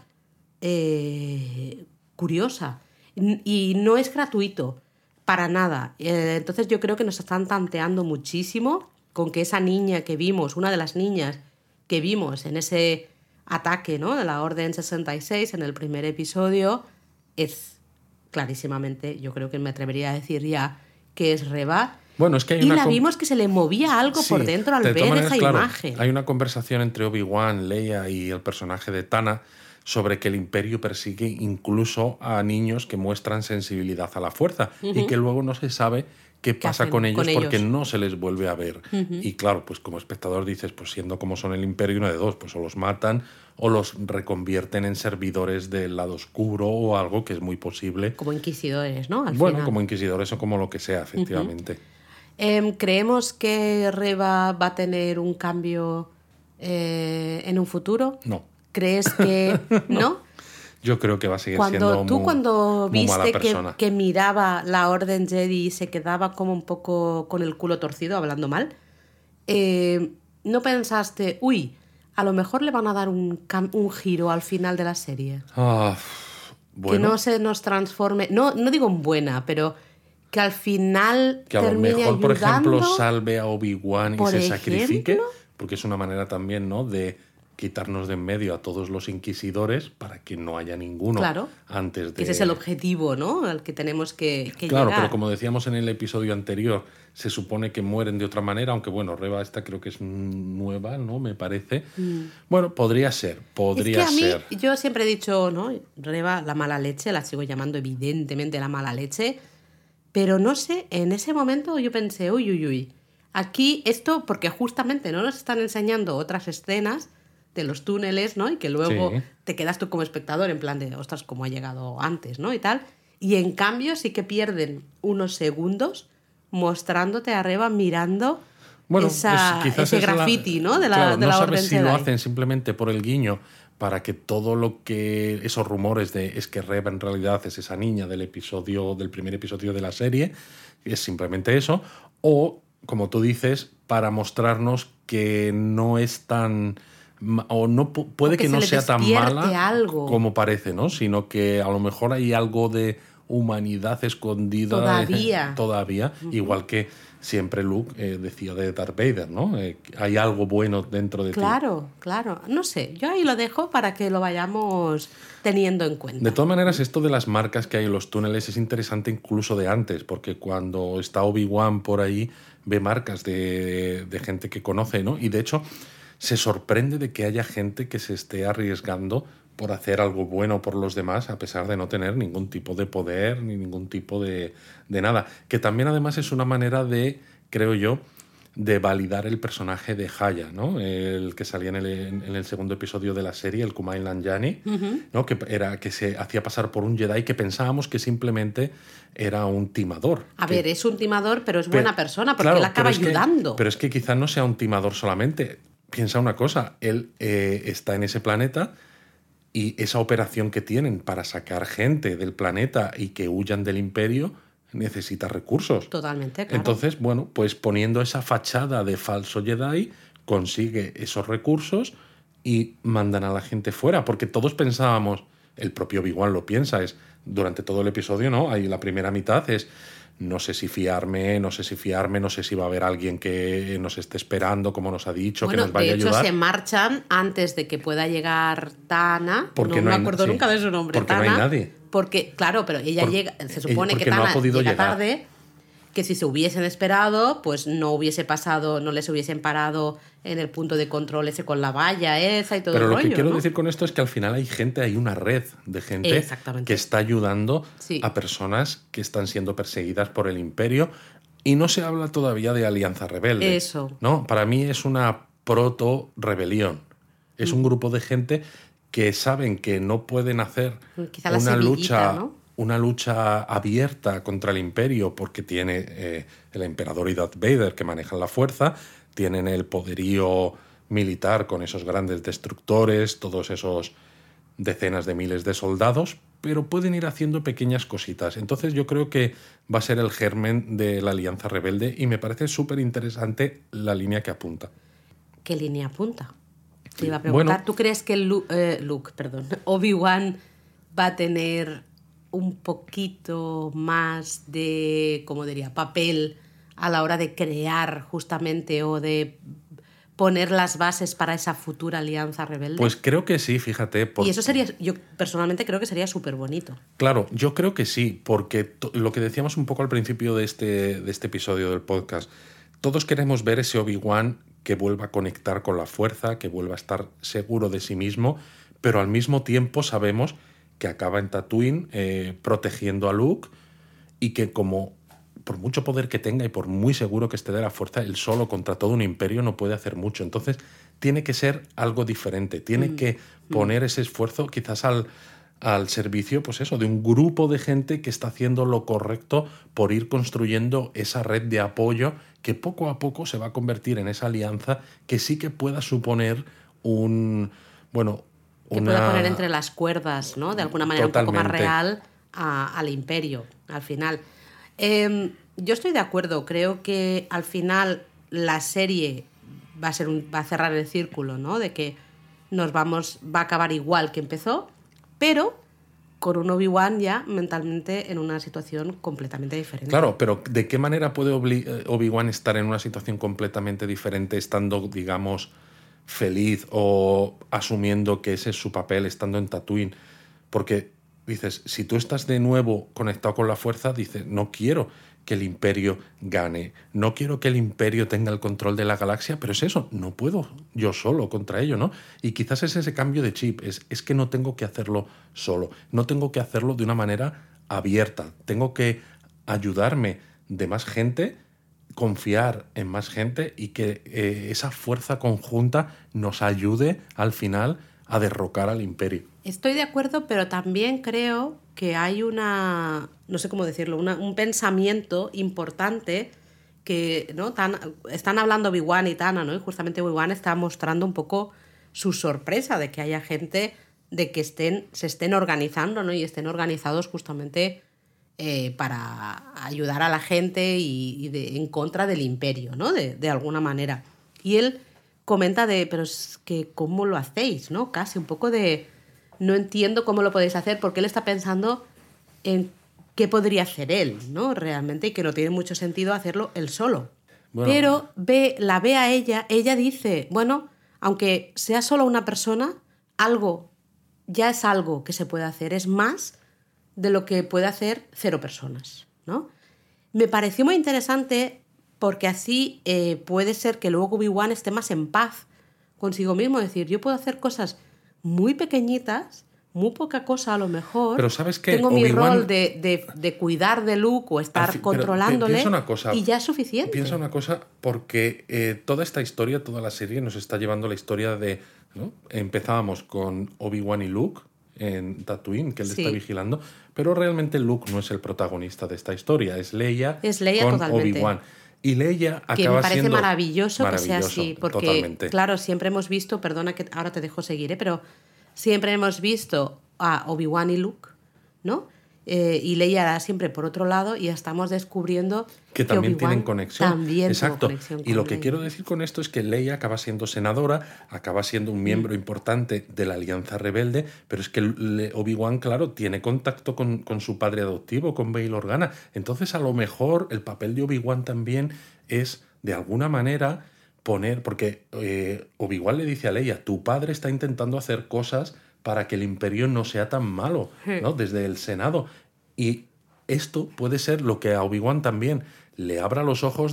curiosa. Y no es gratuito, para nada. Entonces yo creo que nos están tanteando muchísimo con que esa niña que vimos, una de las niñas que vimos en ese ataque, ¿no? de la Orden 66 en el primer episodio, es clarísimamente, yo creo que me atrevería a decir ya que es Reva. Bueno, es que hay vimos que se le movía algo por dentro al ver esa imagen. Hay una conversación entre Obi-Wan, Leia y el personaje de Tana sobre que el Imperio persigue incluso a niños que muestran sensibilidad a la fuerza y que luego no se sabe qué pasa con ellos porque no se les vuelve a ver. Y claro, pues como espectador dices, pues siendo como son el Imperio, una de dos, pues o los matan o los reconvierten en servidores del lado oscuro o algo que es muy posible. Como inquisidores, ¿no? Al bueno, final. Como inquisidores o como lo que sea, efectivamente. ¿Creemos que Reva va a tener un cambio en un futuro? No. ¿Crees que no? Yo creo que va a seguir siendo cuando muy viste mala persona. que miraba la Orden Jedi y se quedaba como un poco con el culo torcido, hablando mal, ¿no pensaste, uy, a lo mejor le van a dar un giro al final de la serie? Bueno. Que no se nos transforme, no digo en buena, pero que al final que a lo termine mejor, por ayudando, ejemplo, salve a Obi-Wan y se sacrifique. porque es una manera también, ¿no?, de quitarnos de en medio a todos los inquisidores para que no haya ninguno antes de... Ese es el objetivo, ¿no?, al que tenemos que claro, llegar. pero como decíamos en el episodio anterior, se supone que mueren de otra manera, aunque bueno, Reva esta creo que es nueva, ¿no?, me parece. Bueno, podría ser. Es que a mí, yo siempre he dicho, ¿no?, Reva, la mala leche, la sigo llamando evidentemente la mala leche, pero no sé, en ese momento yo pensé, uy, aquí esto, porque justamente no nos están enseñando otras escenas de los túneles, ¿no?, y que luego te quedas tú como espectador en plan de, ostras, cómo ha llegado antes, ¿no?, y tal, y en cambio sí que pierden unos segundos mostrándote a Reva mirando ese graffiti, ¿no?, de la no Orden sabes si Jedi. lo hacen simplemente por el guiño, para que todo lo que... esos rumores de es que Reva en realidad es esa niña del primer episodio de la serie, es simplemente eso, o, como tú dices, para mostrarnos que no es tan... o no puede que no sea tan mala como parece, ¿no?, sino que a lo mejor hay algo de humanidad escondida todavía, igual que siempre Luke decía de Darth Vader, ¿no? Hay algo bueno dentro de ti. Claro, no sé, yo ahí lo dejo para que lo vayamos teniendo en cuenta. De todas maneras, esto de las marcas que hay en los túneles es interesante incluso de antes, porque cuando está Obi-Wan por ahí ve marcas de gente que conoce, ¿no? Y de hecho se sorprende de que haya gente que se esté arriesgando por hacer algo bueno por los demás, a pesar de no tener ningún tipo de poder ni ningún tipo de nada. Que también además es una manera de, creo yo, de validar el personaje de Haya, ¿no? El que salía en el segundo episodio de la serie, el Kumail Nanjiani, ¿no?, que se hacía pasar por un Jedi que pensábamos que simplemente era un timador. A ver, es un timador, pero es buena persona, porque él acaba ayudando. Pero es que quizás no sea un timador solamente. Piensa una cosa, él está en ese planeta y esa operación que tienen para sacar gente del planeta y que huyan del Imperio necesita recursos. Totalmente, claro. Entonces, bueno, pues poniendo esa fachada de falso Jedi, consigue esos recursos y mandan a la gente fuera, porque todos pensábamos, el propio Obi-Wan lo piensa, durante todo el episodio, ¿no? Ahí la primera mitad es... no sé si fiarme, no sé si va a haber alguien que nos esté esperando, como nos ha dicho, que nos vaya a ayudar. De hecho, se marchan antes de que pueda llegar Tana. No me acuerdo nunca de su nombre. Porque Tana, no hay nadie. Porque, claro, pero ella llega... Se supone que Tana no llega tarde, que si se hubiesen esperado, pues no hubiese pasado, no les hubiesen parado en el punto de control ese con la valla esa y todo el rollo. Pero lo que quiero decir con esto es que al final hay una red de gente que está ayudando a personas que están siendo perseguidas por el Imperio, y no se habla todavía de Alianza Rebelde. Eso. ¿No? Para mí es una proto-rebelión. Es un grupo de gente que saben que no pueden hacer una lucha abierta contra el Imperio, porque tiene el emperador y Darth Vader que manejan la fuerza, tienen el poderío militar con esos grandes destructores, todos esos decenas de miles de soldados, pero pueden ir haciendo pequeñas cositas. Entonces yo creo que va a ser el germen de la Alianza Rebelde, y me parece súper interesante la línea que apunta. ¿Qué línea apunta? Te iba a preguntar, ¿tú crees que Obi-Wan va a tener un poquito más de, como diría, papel a la hora de crear justamente o de poner las bases para esa futura alianza rebelde? Pues creo que sí, fíjate. Y eso sería, yo personalmente creo que sería súper bonito. Claro, yo creo que sí, porque lo que decíamos un poco al principio de este episodio del podcast, todos queremos ver ese Obi-Wan que vuelva a conectar con la fuerza, que vuelva a estar seguro de sí mismo, pero al mismo tiempo sabemos que acaba en Tatooine protegiendo a Luke, y que como por mucho poder que tenga y por muy seguro que esté de la fuerza, él solo contra todo un imperio no puede hacer mucho. Entonces tiene que ser algo diferente, tiene que poner ese esfuerzo quizás al servicio, pues eso, de un grupo de gente que está haciendo lo correcto por ir construyendo esa red de apoyo que poco a poco se va a convertir en esa alianza que sí que pueda suponer pueda poner entre las cuerdas, ¿no?, de alguna manera totalmente un poco más real al imperio, al final. Yo estoy de acuerdo, creo que al final la serie va a cerrar el círculo, ¿no?, de que va a acabar igual que empezó, pero con un Obi-Wan ya mentalmente en una situación completamente diferente. Claro, pero ¿de qué manera puede Obi-Wan estar en una situación completamente diferente estando, digamos, feliz o asumiendo que ese es su papel estando en Tatooine? Porque dices, si tú estás de nuevo conectado con la fuerza, dices, no quiero que el Imperio gane, no quiero que el Imperio tenga el control de la galaxia, pero es eso, no puedo yo solo contra ello, ¿no? Y quizás es ese cambio de chip, es que no tengo que hacerlo solo, no tengo que hacerlo de una manera abierta, tengo que ayudarme de más gente, confiar en más gente y que esa fuerza conjunta nos ayude al final a derrocar al Imperio. Estoy de acuerdo, pero también creo que hay una, no sé cómo decirlo, un pensamiento importante que, ¿no? Están hablando Obi-Wan y Tana, ¿no? Y justamente Obi-Wan está mostrando un poco su sorpresa de que haya gente de que se estén organizando, ¿no? Y estén organizados justamente para ayudar a la gente en contra del Imperio, ¿no? De alguna manera. Y él comenta pero es que ¿cómo lo hacéis? ¿No? Casi un poco de no entiendo cómo lo podéis hacer, porque él está pensando en qué podría hacer él, ¿no? Realmente, y que no tiene mucho sentido hacerlo él solo. Bueno, pero la ve a ella dice, bueno, aunque sea solo una persona, algo ya es algo que se puede hacer, es más de lo que puede hacer 0 personas, ¿no? Me pareció muy interesante porque así puede ser que luego Obi-Wan esté más en paz consigo mismo, es decir, yo puedo hacer cosas muy pequeñitas, muy poca cosa a lo mejor. Pero ¿sabes qué? Tengo mi rol de cuidar de Luke o estar controlándole una cosa, y ya es suficiente. Piensa una cosa, porque toda esta historia, toda la serie nos está llevando la historia de, ¿no? Empezábamos con Obi-Wan y Luke en Tatooine, que él está vigilando, pero realmente Luke no es el protagonista de esta historia, es Leia con totalmente. Obi-Wan. Y Leia acaba que me parece siendo maravilloso que sea así, porque totalmente. Claro, siempre hemos visto, perdona que ahora te dejo seguir, pero siempre hemos visto a Obi-Wan y Luke, ¿no? Y Leia era siempre por otro lado, y estamos descubriendo que también Obi-Wan tienen conexión. También Exacto. Conexión y lo que Leia. quiero decir con esto es que Leia acaba siendo senadora, acaba siendo un miembro importante de la Alianza Rebelde, pero es que Obi-Wan, claro, tiene contacto con su padre adoptivo, con Bail Organa. Entonces, a lo mejor el papel de Obi-Wan también es, de alguna manera, porque Obi-Wan le dice a Leia, tu padre está intentando hacer cosas para que el Imperio no sea tan malo, ¿no? Desde el Senado. Y esto puede ser lo que a Obi-Wan también le abra los ojos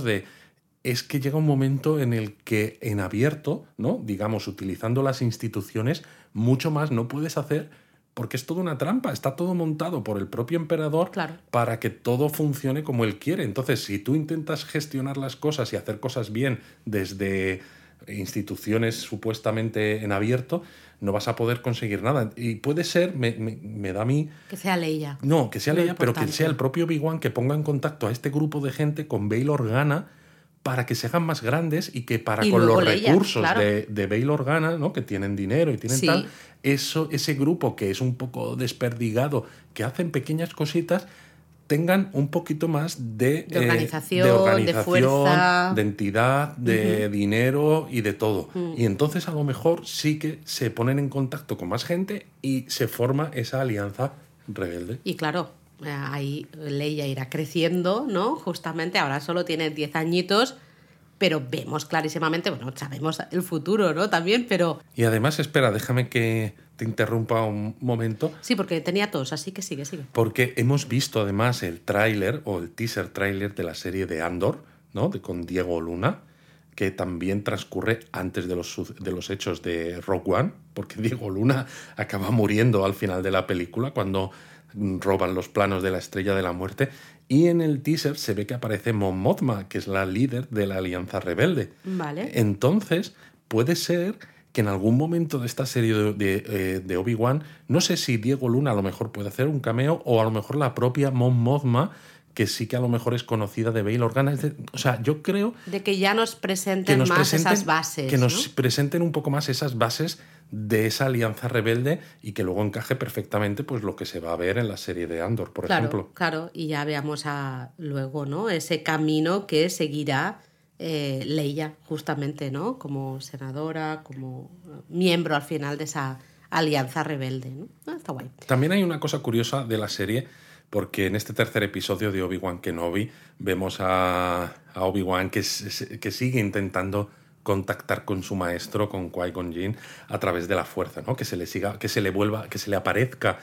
es que llega un momento en el que en abierto, ¿no? Digamos, utilizando las instituciones, mucho más no puedes hacer porque es toda una trampa, está todo montado por el propio emperador para que todo funcione como él quiere. Entonces, si tú intentas gestionar las cosas y hacer cosas bien desde instituciones supuestamente en abierto, no vas a poder conseguir nada. Y puede ser, me da a mí... Que sea Leia. No, que sea Leia, pero que sea el propio Obi-Wan que ponga en contacto a este grupo de gente con Bail Organa para que se hagan más grandes y que con los recursos de Bail Organa, ¿no? Que tienen dinero y tienen tal, ese grupo que es un poco desperdigado, que hacen pequeñas cositas, tengan un poquito más de organización, de fuerza, de entidad, de dinero y de todo. Y entonces a lo mejor sí que se ponen en contacto con más gente y se forma esa alianza rebelde. Y claro, ahí Leia irá creciendo, ¿no? Justamente ahora solo tiene 10 añitos, pero vemos clarísimamente, bueno, sabemos el futuro, ¿no? También, pero... Y además, espera, déjame que te interrumpa un momento. Sí, porque tenía tos, así que sigue. Porque hemos visto además el tráiler o el teaser tráiler de la serie de Andor, ¿no? Con Diego Luna, que también transcurre antes de los hechos de Rogue One, porque Diego Luna acaba muriendo al final de la película cuando roban los planos de la Estrella de la Muerte. Y en el teaser se ve que aparece Mon Mothma, que es la líder de la Alianza Rebelde. Vale. Entonces, puede ser que en algún momento de esta serie de Obi-Wan, no sé si Diego Luna a lo mejor puede hacer un cameo o a lo mejor la propia Mon Mothma, que sí que a lo mejor es conocida de Bail Organa. O sea, yo creo... De que ya nos presenten esas bases. Que nos presenten un poco más esas bases de esa alianza rebelde y que luego encaje perfectamente pues lo que se va a ver en la serie de Andor, por ejemplo. Claro, y ya veamos luego, ¿no? Ese camino que seguirá Leia, justamente, ¿no? Como senadora, como miembro al final de esa alianza rebelde, ¿no? Está guay. También hay una cosa curiosa de la serie, porque en este tercer episodio de Obi-Wan Kenobi vemos a Obi-Wan que sigue intentando contactar con su maestro, con Qui-Gon Jinn, a través de la fuerza, ¿no? Que se le aparezca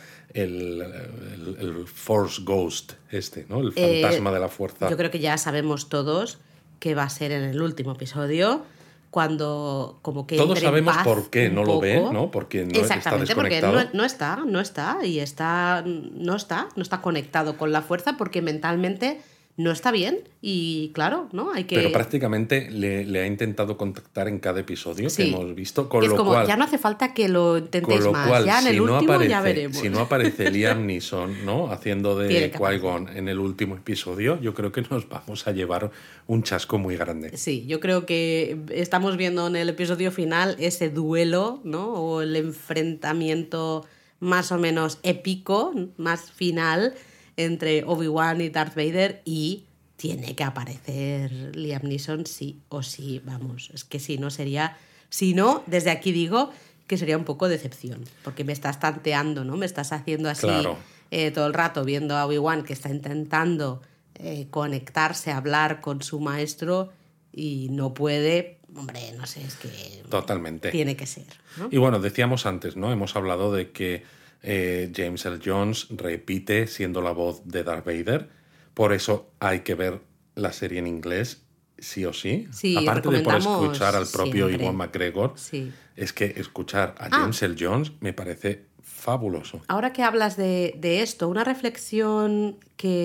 el Force Ghost ¿no? El fantasma de la fuerza. Yo creo que ya sabemos todos que va a ser en el último episodio, cuando como que todos sabemos paz por qué no poco. lo ve, ¿no? Porque no está desconectado. Porque no está y no está conectado con la fuerza porque mentalmente no está bien y claro, ¿no? Hay que... Pero prácticamente le ha intentado contactar en cada episodio que hemos visto, con es lo como, cual... ya no hace falta que lo intentéis con lo más, cual, ya en el último ya aparece, veremos. si no aparece Liam Neeson, ¿no? Haciendo de Qui-Gon en el último episodio, yo creo que nos vamos a llevar un chasco muy grande. Sí, yo creo que estamos viendo en el episodio final ese duelo, ¿no? O el enfrentamiento más o menos épico, más final, entre Obi-Wan y Darth Vader, y tiene que aparecer Liam Neeson sí o sí, vamos, es que si no sería, si no, desde aquí digo que sería un poco decepción, porque me estás tanteando, ¿no? Me estás haciendo así claro. Todo el rato viendo a Obi-Wan que está intentando conectarse, hablar con su maestro y no puede, hombre, no sé, es que totalmente tiene que ser, ¿no? Y bueno, decíamos antes, ¿no? Hemos hablado de que James Earl Jones repite siendo la voz de Darth Vader, por eso hay que ver la serie en inglés sí o sí. Sí, aparte de por escuchar al propio siempre. Ewan McGregor, sí. Es que escuchar a James Earl Jones me parece fabuloso. Ahora que hablas de esto, una reflexión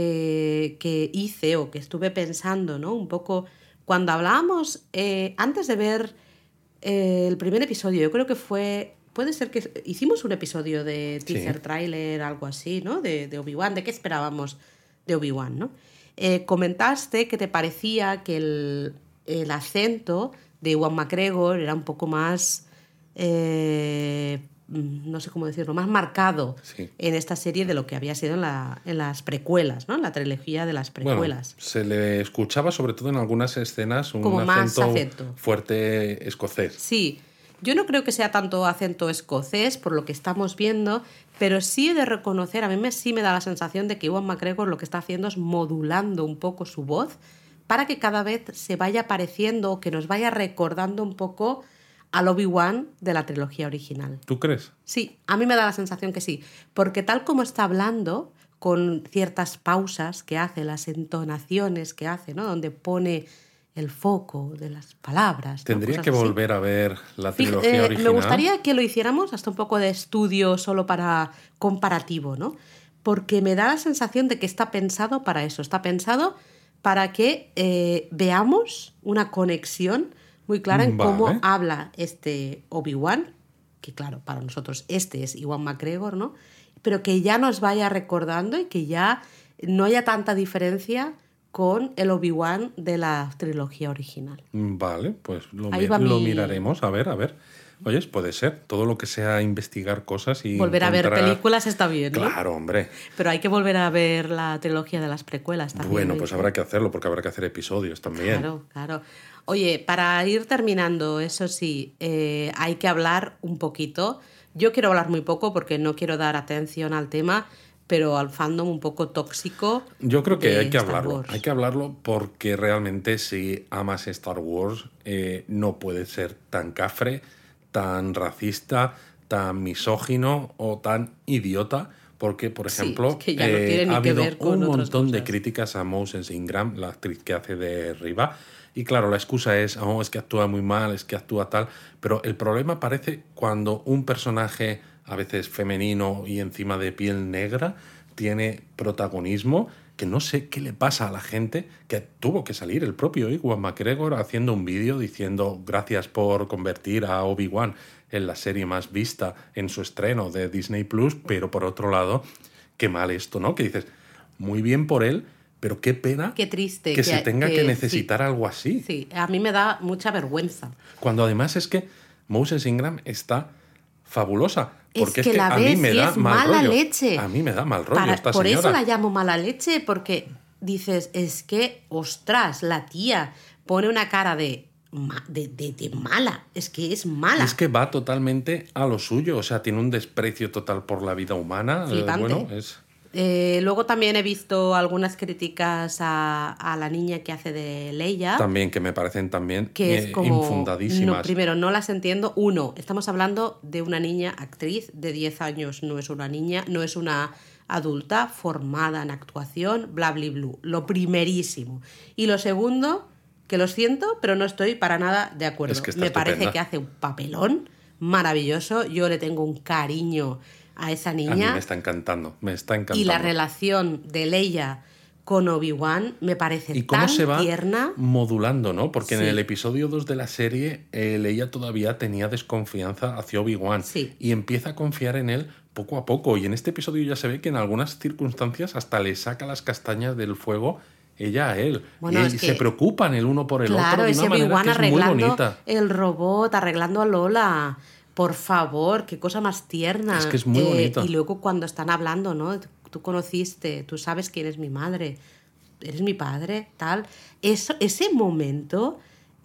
que hice o que estuve pensando, ¿no? Un poco cuando hablábamos, antes de ver el primer episodio, yo creo que puede ser que hicimos un episodio de teaser trailer, algo así, ¿no? De Obi-Wan, ¿de qué esperábamos de Obi-Wan, ¿no? Comentaste que te parecía que el acento de Ewan McGregor era un poco más, no sé cómo decirlo, más marcado en esta serie de lo que había sido en las precuelas, ¿no? En la trilogía de las precuelas. Bueno, se le escuchaba sobre todo en algunas escenas un acento fuerte escocés. Sí. Yo no creo que sea tanto acento escocés por lo que estamos viendo, pero sí he de reconocer, a mí sí me da la sensación de que Ewan McGregor lo que está haciendo es modulando un poco su voz para que cada vez se vaya pareciendo o que nos vaya recordando un poco al Obi-Wan de la trilogía original. ¿Tú crees? Sí, a mí me da la sensación que sí, porque tal como está hablando, con ciertas pausas que hace, las entonaciones que hace, ¿no? Donde pone el foco de las palabras. Tendría ¿no? que volver a ver la trilogía original. Me gustaría que lo hiciéramos hasta un poco de estudio solo para comparativo, ¿no? Porque me da la sensación de que está pensado para eso, está pensado para que veamos una conexión muy clara en cómo habla este Obi-Wan, que claro, para nosotros este es Ewan McGregor, ¿no? Pero que ya nos vaya recordando y que ya no haya tanta diferencia con el Obi-Wan de la trilogía original. Vale, pues lo miraremos. A ver. Oye, puede ser. Todo lo que sea investigar cosas y volver a ver películas está bien, ¿no? Claro, hombre. Pero hay que volver a ver la trilogía de las precuelas también. Bueno, pues habrá que hacerlo porque habrá que hacer episodios también. Claro. Oye, para ir terminando, eso sí, hay que hablar un poquito. Yo quiero hablar muy poco porque no quiero dar atención al tema, pero al fandom un poco tóxico. Yo creo que hay que Star hablarlo. Wars. Hay que hablarlo porque realmente si amas Star Wars no puede ser tan cafre, tan racista, tan misógino o tan idiota. Porque, por ejemplo, es que ya no tiene ni ha que habido ver con un otras montón de cosas. críticas a Moses Ingram, la actriz que hace de Riva. Y claro, la excusa es, es que actúa muy mal, es que actúa tal. Pero el problema aparece cuando un personaje, a veces femenino y encima de piel negra, tiene protagonismo, que no sé qué le pasa a la gente, que tuvo que salir el propio Ewan McGregor haciendo un vídeo diciendo gracias por convertir a Obi-Wan en la serie más vista en su estreno de Disney Plus, pero por otro lado, qué mal esto, ¿no? Que dices, muy bien por él, pero qué pena, qué triste que se tenga que necesitar algo así. Sí, a mí me da mucha vergüenza. Cuando además es que Moses Ingram está fabulosa. Porque es que la a mí ves me y da es mal mala rollo. leche. A mí me da mal rollo esta por señora. eso la llamo mala leche, porque dices, es que, ostras, la tía pone una cara de de mala. Es que es mala. Es que va totalmente a lo suyo, o sea, tiene un desprecio total por la vida humana. Flipante. Bueno, es... Luego también he visto algunas críticas a la niña que hace de Leia. También, que me parecen también que es como, infundadísimas. No, primero, no las entiendo. Uno, estamos hablando de una niña actriz de 10 años. No es una niña, no es una adulta formada en actuación, bla, bla, bla. Lo primerísimo. Y lo segundo, que lo siento, pero no estoy para nada de acuerdo. Es que está me estupenda. parece que hace un papelón maravilloso. Yo le tengo un cariño a esa niña. A mí me está encantando, me está encantando. Y la relación de Leia con Obi-Wan me parece y cómo tan se va tierna. modulando, ¿no? Porque Sí. en el episodio 2 de la serie, Leia todavía tenía desconfianza hacia Obi-Wan. Sí. Y empieza a confiar en él poco a poco. Y en este episodio ya se ve que en algunas circunstancias hasta le saca las castañas del fuego ella a él. Bueno, y es que, se preocupan el uno por el otro de ese una manera Obi-Wan que es muy arreglando bonita. el robot, arreglando a Lola. Por favor, qué cosa más tierna. Es que es muy bonita. Y luego cuando están hablando, ¿no? Tú conociste, tú sabes quién es mi madre, eres mi padre, tal. Ese momento,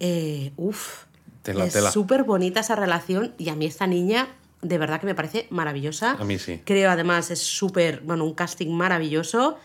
Tela. es súper bonita esa relación y a mí esta niña de verdad que me parece maravillosa. A mí sí. Creo además es súper, bueno, un casting maravilloso.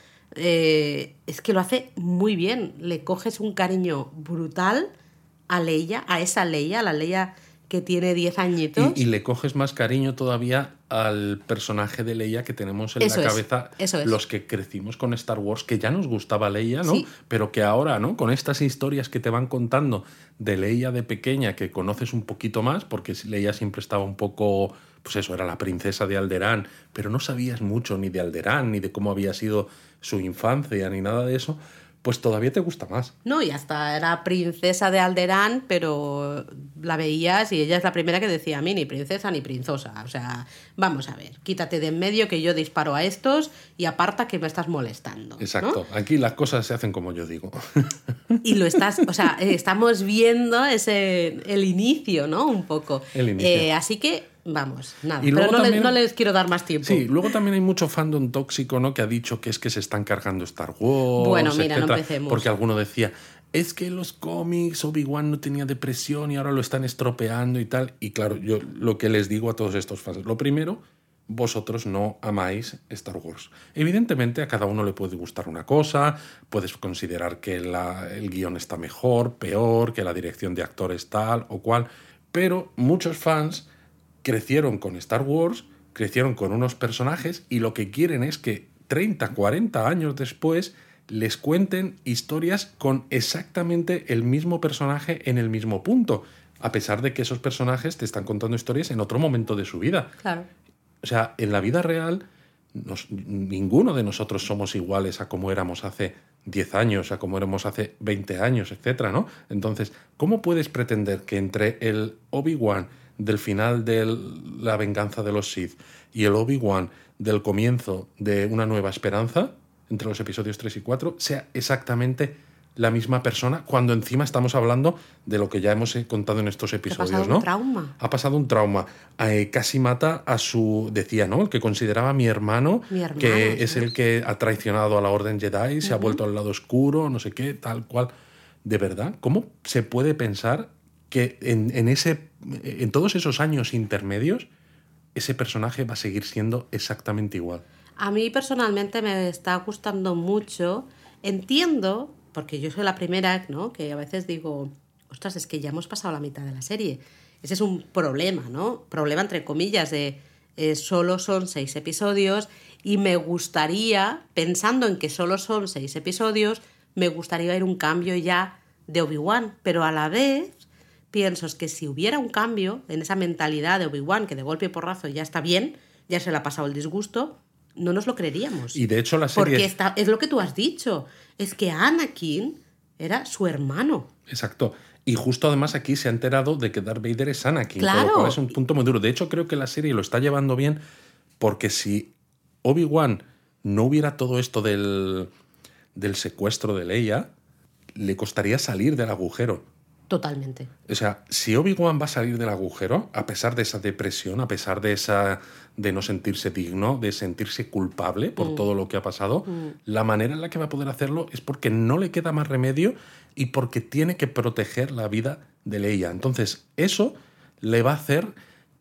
Es que lo hace muy bien. Le coges un cariño brutal a Leia, a esa Leia, a la Leia que tiene 10 añitos. Y le coges más cariño todavía al personaje de Leia que tenemos en Eso la es, cabeza, eso es. los que crecimos con Star Wars, que ya nos gustaba Leia, ¿no? Sí. Pero que ahora, ¿no? Con estas historias que te van contando de Leia de pequeña, que conoces un poquito más, porque Leia siempre estaba un poco, pues eso, era la princesa de Alderaan, pero no sabías mucho ni de Alderaan, ni de cómo había sido su infancia, ni nada de eso, pues todavía te gusta más. No, y hasta era princesa de Alderaan, pero la veías y ella es la primera que decía a mí, ni princesa ni prinzosa. O sea, vamos a ver, quítate de en medio que yo disparo a estos y aparta que me estás molestando. Exacto, ¿no? aquí las cosas se hacen como yo digo. Y lo estás, o sea, estamos viendo el inicio, ¿no? Un poco. El inicio. Así que, vamos, nada. Y Pero luego también, no les quiero dar más tiempo. Sí, luego también hay mucho fandom tóxico, ¿no? Que ha dicho que es que se están cargando Star Wars, Bueno, mira, etcétera, no empecemos. porque alguno decía, es que en los cómics Obi-Wan no tenía depresión y ahora lo están estropeando y tal. Y claro, yo lo que les digo a todos estos fans, lo primero, vosotros no amáis Star Wars. Evidentemente a cada uno le puede gustar una cosa, puedes considerar que el guión está mejor, peor, que la dirección de actores tal o cual, pero muchos fans crecieron con Star Wars, crecieron con unos personajes y lo que quieren es que 30, 40 años después les cuenten historias con exactamente el mismo personaje en el mismo punto, a pesar de que esos personajes te están contando historias en otro momento de su vida. Claro. O sea, en la vida real, ninguno de nosotros somos iguales a como éramos hace 10 años, a como éramos hace 20 años, etcétera, ¿no? Entonces, ¿cómo puedes pretender que entre el Obi-Wan del final de La venganza de los Sith y el Obi-Wan del comienzo de Una nueva esperanza, entre los episodios 3 y 4, sea exactamente la misma persona, cuando encima estamos hablando de lo que ya hemos contado en estos episodios, ha pasado ¿no? un trauma. Ha pasado un trauma. Casi mata a su, decía, ¿no? El que consideraba mi hermano, que sí. es el que ha traicionado a la Orden Jedi, se ha vuelto al lado oscuro, no sé qué, tal cual. De verdad, ¿cómo se puede pensar que en todos esos años intermedios ese personaje va a seguir siendo exactamente igual? A mí personalmente me está gustando mucho. Entiendo, porque yo soy la primera, ¿no? Que a veces digo, ostras, es que ya hemos pasado la mitad de la serie. Ese es un problema, ¿no? Problema entre comillas de solo son 6 episodios y me gustaría, pensando en que solo son 6 episodios, me gustaría ver un cambio ya de Obi-Wan, pero a la vez pienso es que si hubiera un cambio en esa mentalidad de Obi-Wan, que de golpe y porrazo ya está bien, ya se le ha pasado el disgusto, no nos lo creeríamos. Y de hecho la serie... Porque es lo que tú has dicho. Es que Anakin era su hermano. Exacto. Y justo además aquí se ha enterado de que Darth Vader es Anakin, Claro. con lo cual es un punto muy duro. De hecho, creo que la serie lo está llevando bien porque si Obi-Wan no hubiera todo esto del secuestro de Leia, le costaría salir del agujero. Totalmente. O sea, si Obi-Wan va a salir del agujero, a pesar de esa depresión, a pesar de no sentirse digno, de sentirse culpable por todo lo que ha pasado, la manera en la que va a poder hacerlo es porque no le queda más remedio y porque tiene que proteger la vida de Leia. Entonces, eso le va a hacer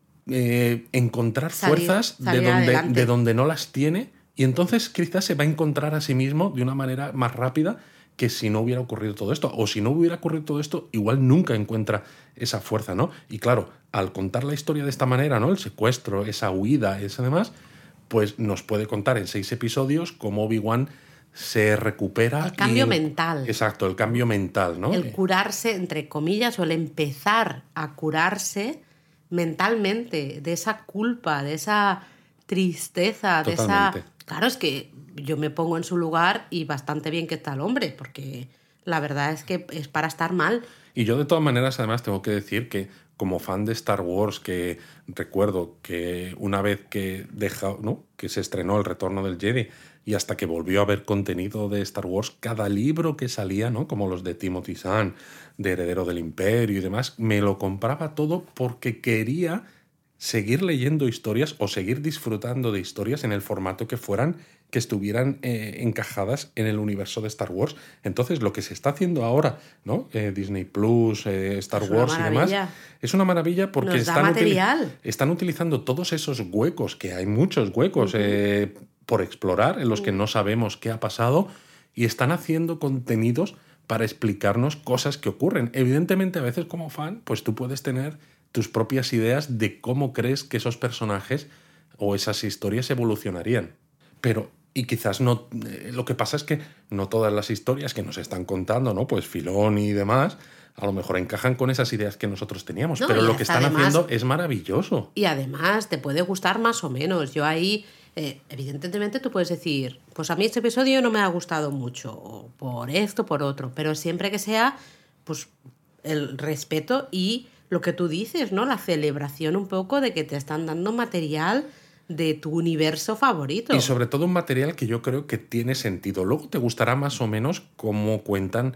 encontrar fuerzas de donde no las tiene, y entonces quizás se va a encontrar a sí mismo de una manera más rápida que si no hubiera ocurrido todo esto. O si no hubiera ocurrido todo esto, igual nunca encuentra esa fuerza, ¿no? Y claro, al contar la historia de esta manera, ¿no? El secuestro, esa huida, ese demás, pues nos puede contar en 6 episodios cómo Obi-Wan se recupera. El cambio mental. Exacto, el cambio mental, ¿no? El curarse, entre comillas, o el empezar a curarse mentalmente de esa culpa, de esa tristeza, Totalmente. de esa... Claro, es que yo me pongo en su lugar y bastante bien que está el hombre, porque la verdad es que es para estar mal. Y yo de todas maneras, además, tengo que decir que como fan de Star Wars, que recuerdo que una vez que que se estrenó El Retorno del Jedi y hasta que volvió a haber contenido de Star Wars, cada libro que salía, ¿no? Como los de Timothy Zahn, de Heredero del Imperio y demás, me lo compraba todo porque quería seguir leyendo historias o seguir disfrutando de historias en el formato que fueran, que estuvieran encajadas en el universo de Star Wars. Entonces, lo que se está haciendo ahora, ¿no? Disney Plus, Star Wars y demás, es una maravilla porque están utilizando todos esos huecos, que hay muchos huecos por explorar, en los que no sabemos qué ha pasado, y están haciendo contenidos para explicarnos cosas que ocurren. Evidentemente, a veces como fan, pues tú puedes tener tus propias ideas de cómo crees que esos personajes o esas historias evolucionarían. Pero, y quizás no... lo que pasa es que no todas las historias que nos están contando, ¿no? Pues Filoni y demás, a lo mejor encajan con esas ideas que nosotros teníamos. Pero lo que están haciendo es maravilloso. Y además te puede gustar más o menos. Yo ahí... evidentemente tú puedes decir, pues a mí este episodio no me ha gustado mucho, o por esto, por otro, pero siempre que sea pues el respeto y lo que tú dices, ¿no? La celebración un poco de que te están dando material de tu universo favorito. Y sobre todo un material que yo creo que tiene sentido. Luego te gustará más o menos cómo cuentan,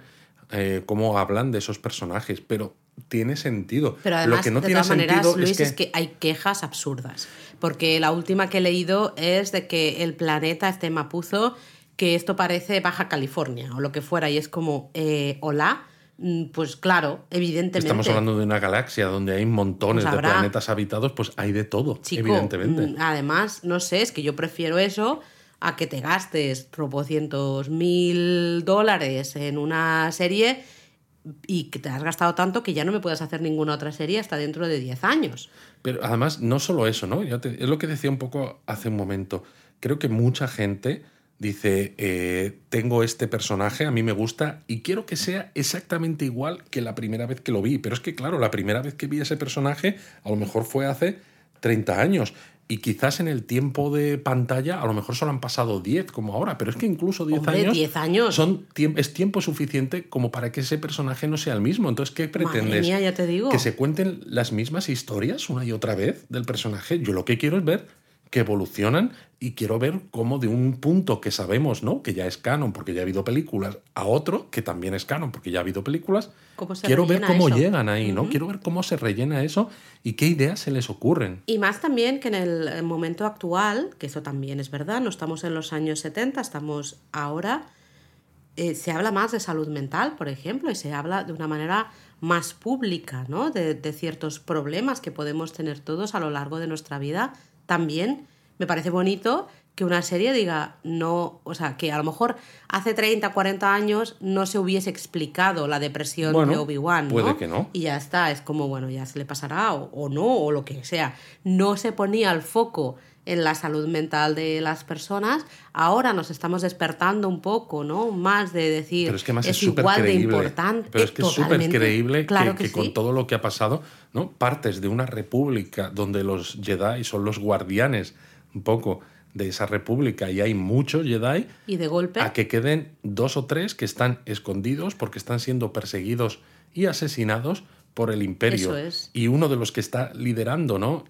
cómo hablan de esos personajes, pero tiene sentido. Pero además, lo que no de tiene todas maneras, sentido Luis, es que hay quejas absurdas. Porque la última que he leído es de que el planeta esté Mapuzo, que esto parece Baja California o lo que fuera, y es como, hola, pues claro, evidentemente. Estamos hablando de una galaxia donde hay montones de planetas habitados, pues hay de todo, chico, evidentemente. Además, no sé, es que yo prefiero eso a que te gastes tropocientos $1,000 en una serie y que te has gastado tanto que ya no me puedes hacer ninguna otra serie hasta dentro de 10 años. Pero además, no solo eso, ¿no? Es lo que decía un poco hace un momento. Creo que mucha gente dice, tengo este personaje, a mí me gusta y quiero que sea exactamente igual que la primera vez que lo vi. Pero es que, claro, la primera vez que vi ese personaje a lo mejor fue hace 30 años. Y quizás en el tiempo de pantalla a lo mejor solo han pasado 10 como ahora, pero es que incluso 10 años, 10 años. Es tiempo suficiente como para que ese personaje no sea el mismo. Entonces, ¿qué pretendes? Madre mía, ya te digo. ¿Que se cuenten las mismas historias una y otra vez del personaje? Yo lo que quiero es ver que evolucionan y quiero ver cómo de un punto que sabemos, ¿no? Que ya es canon porque ya ha habido películas, a otro que también es canon porque ya ha habido películas. Quiero ver cómo llegan ahí, ¿no? Quiero ver cómo se rellena eso y qué ideas se les ocurren. Y más también que en el momento actual, que eso también es verdad, no estamos en los años 70, estamos ahora, se habla más de salud mental, por ejemplo, y se habla de una manera más pública, ¿no? De ciertos problemas que podemos tener todos a lo largo de nuestra vida. También me parece bonito que una serie diga, no, o sea, que a lo mejor hace 30, 40 años no se hubiese explicado la depresión de Obi-Wan, ¿no? Puede que no. Y ya está, es como, bueno, ya se le pasará o no, o lo que sea. No se ponía el foco en la salud mental de las personas. Ahora nos estamos despertando un poco, ¿no? Más de decir, pero es que más es igual de importante. Pero es que es súper creíble claro que sí. Con todo lo que ha pasado, ¿no? Partes de una república donde los Jedi son los guardianes un poco de esa república y hay muchos Jedi, y de golpe a que queden 2 o 3 que están escondidos porque están siendo perseguidos y asesinados por el Imperio. Eso es. Y uno de los que está liderando, ¿no?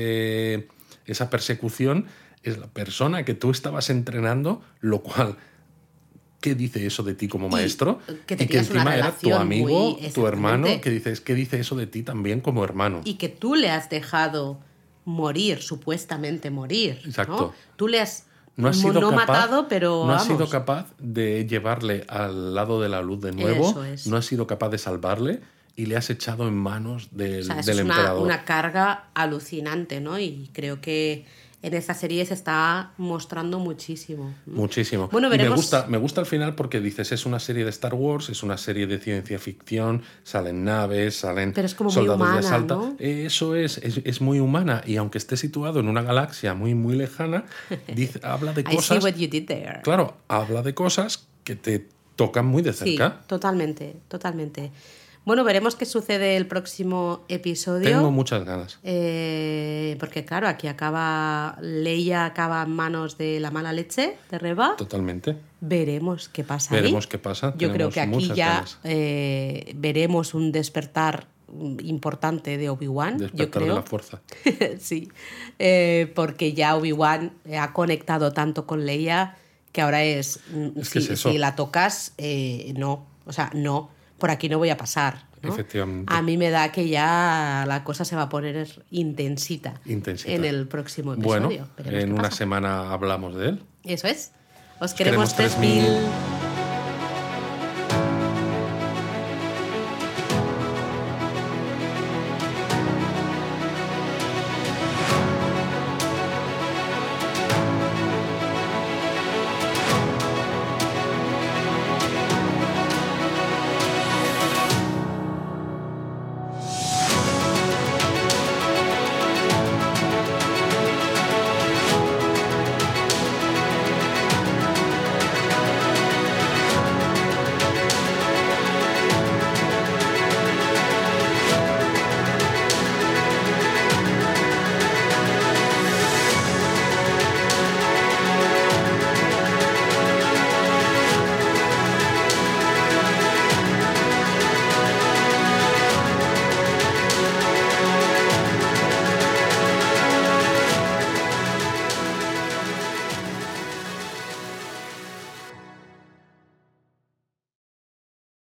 Esa persecución es la persona que tú estabas entrenando, lo cual qué dice eso de ti como maestro, que y que encima era tu amigo, tu hermano, exactamente. que dices, ¿qué dice eso de ti también como hermano? Y que tú le has dejado morir, supuestamente morir. Exacto. ¿no? Tú le has No has sido capaz, matado, pero no has vamos. sido capaz de llevarle al lado de la luz de nuevo, Eso es. no has sido capaz de salvarle y le has echado en manos del, O sea, eso del es emperador. una carga alucinante, ¿no? Y creo que en esta serie se está mostrando muchísimo. Muchísimo. Bueno, Y veremos. me gusta al final porque dices, es una serie de Star Wars, es una serie de ciencia ficción, salen naves, salen Pero es como muy soldados humana, de asalto. ¿no? Eso es muy humana. Y aunque esté situado en una galaxia muy, muy lejana, habla de I see cosas. what you did there. Claro, habla de cosas que te tocan muy de Sí, cerca. totalmente, totalmente. Bueno, veremos qué sucede el próximo episodio. Tengo muchas ganas. Porque claro, aquí Leia acaba en manos de la mala leche de Reva. Totalmente. Veremos qué pasa Veremos ahí. qué pasa. Yo creo Tenemos que aquí muchas ya ganas. veremos un despertar importante de Obi-Wan. Yo Despertar de creo. la fuerza. Sí, porque ya Obi-Wan ha conectado tanto con Leia que ahora Es que es eso. si la tocas, no. O sea, no. Por aquí no voy a pasar, ¿no? Efectivamente. A mí me da que ya la cosa se va a poner intensita, Intensita. en el próximo episodio. Bueno, Veremos en qué una pasa. semana hablamos de él. Eso es. Os queremos queremos 3000.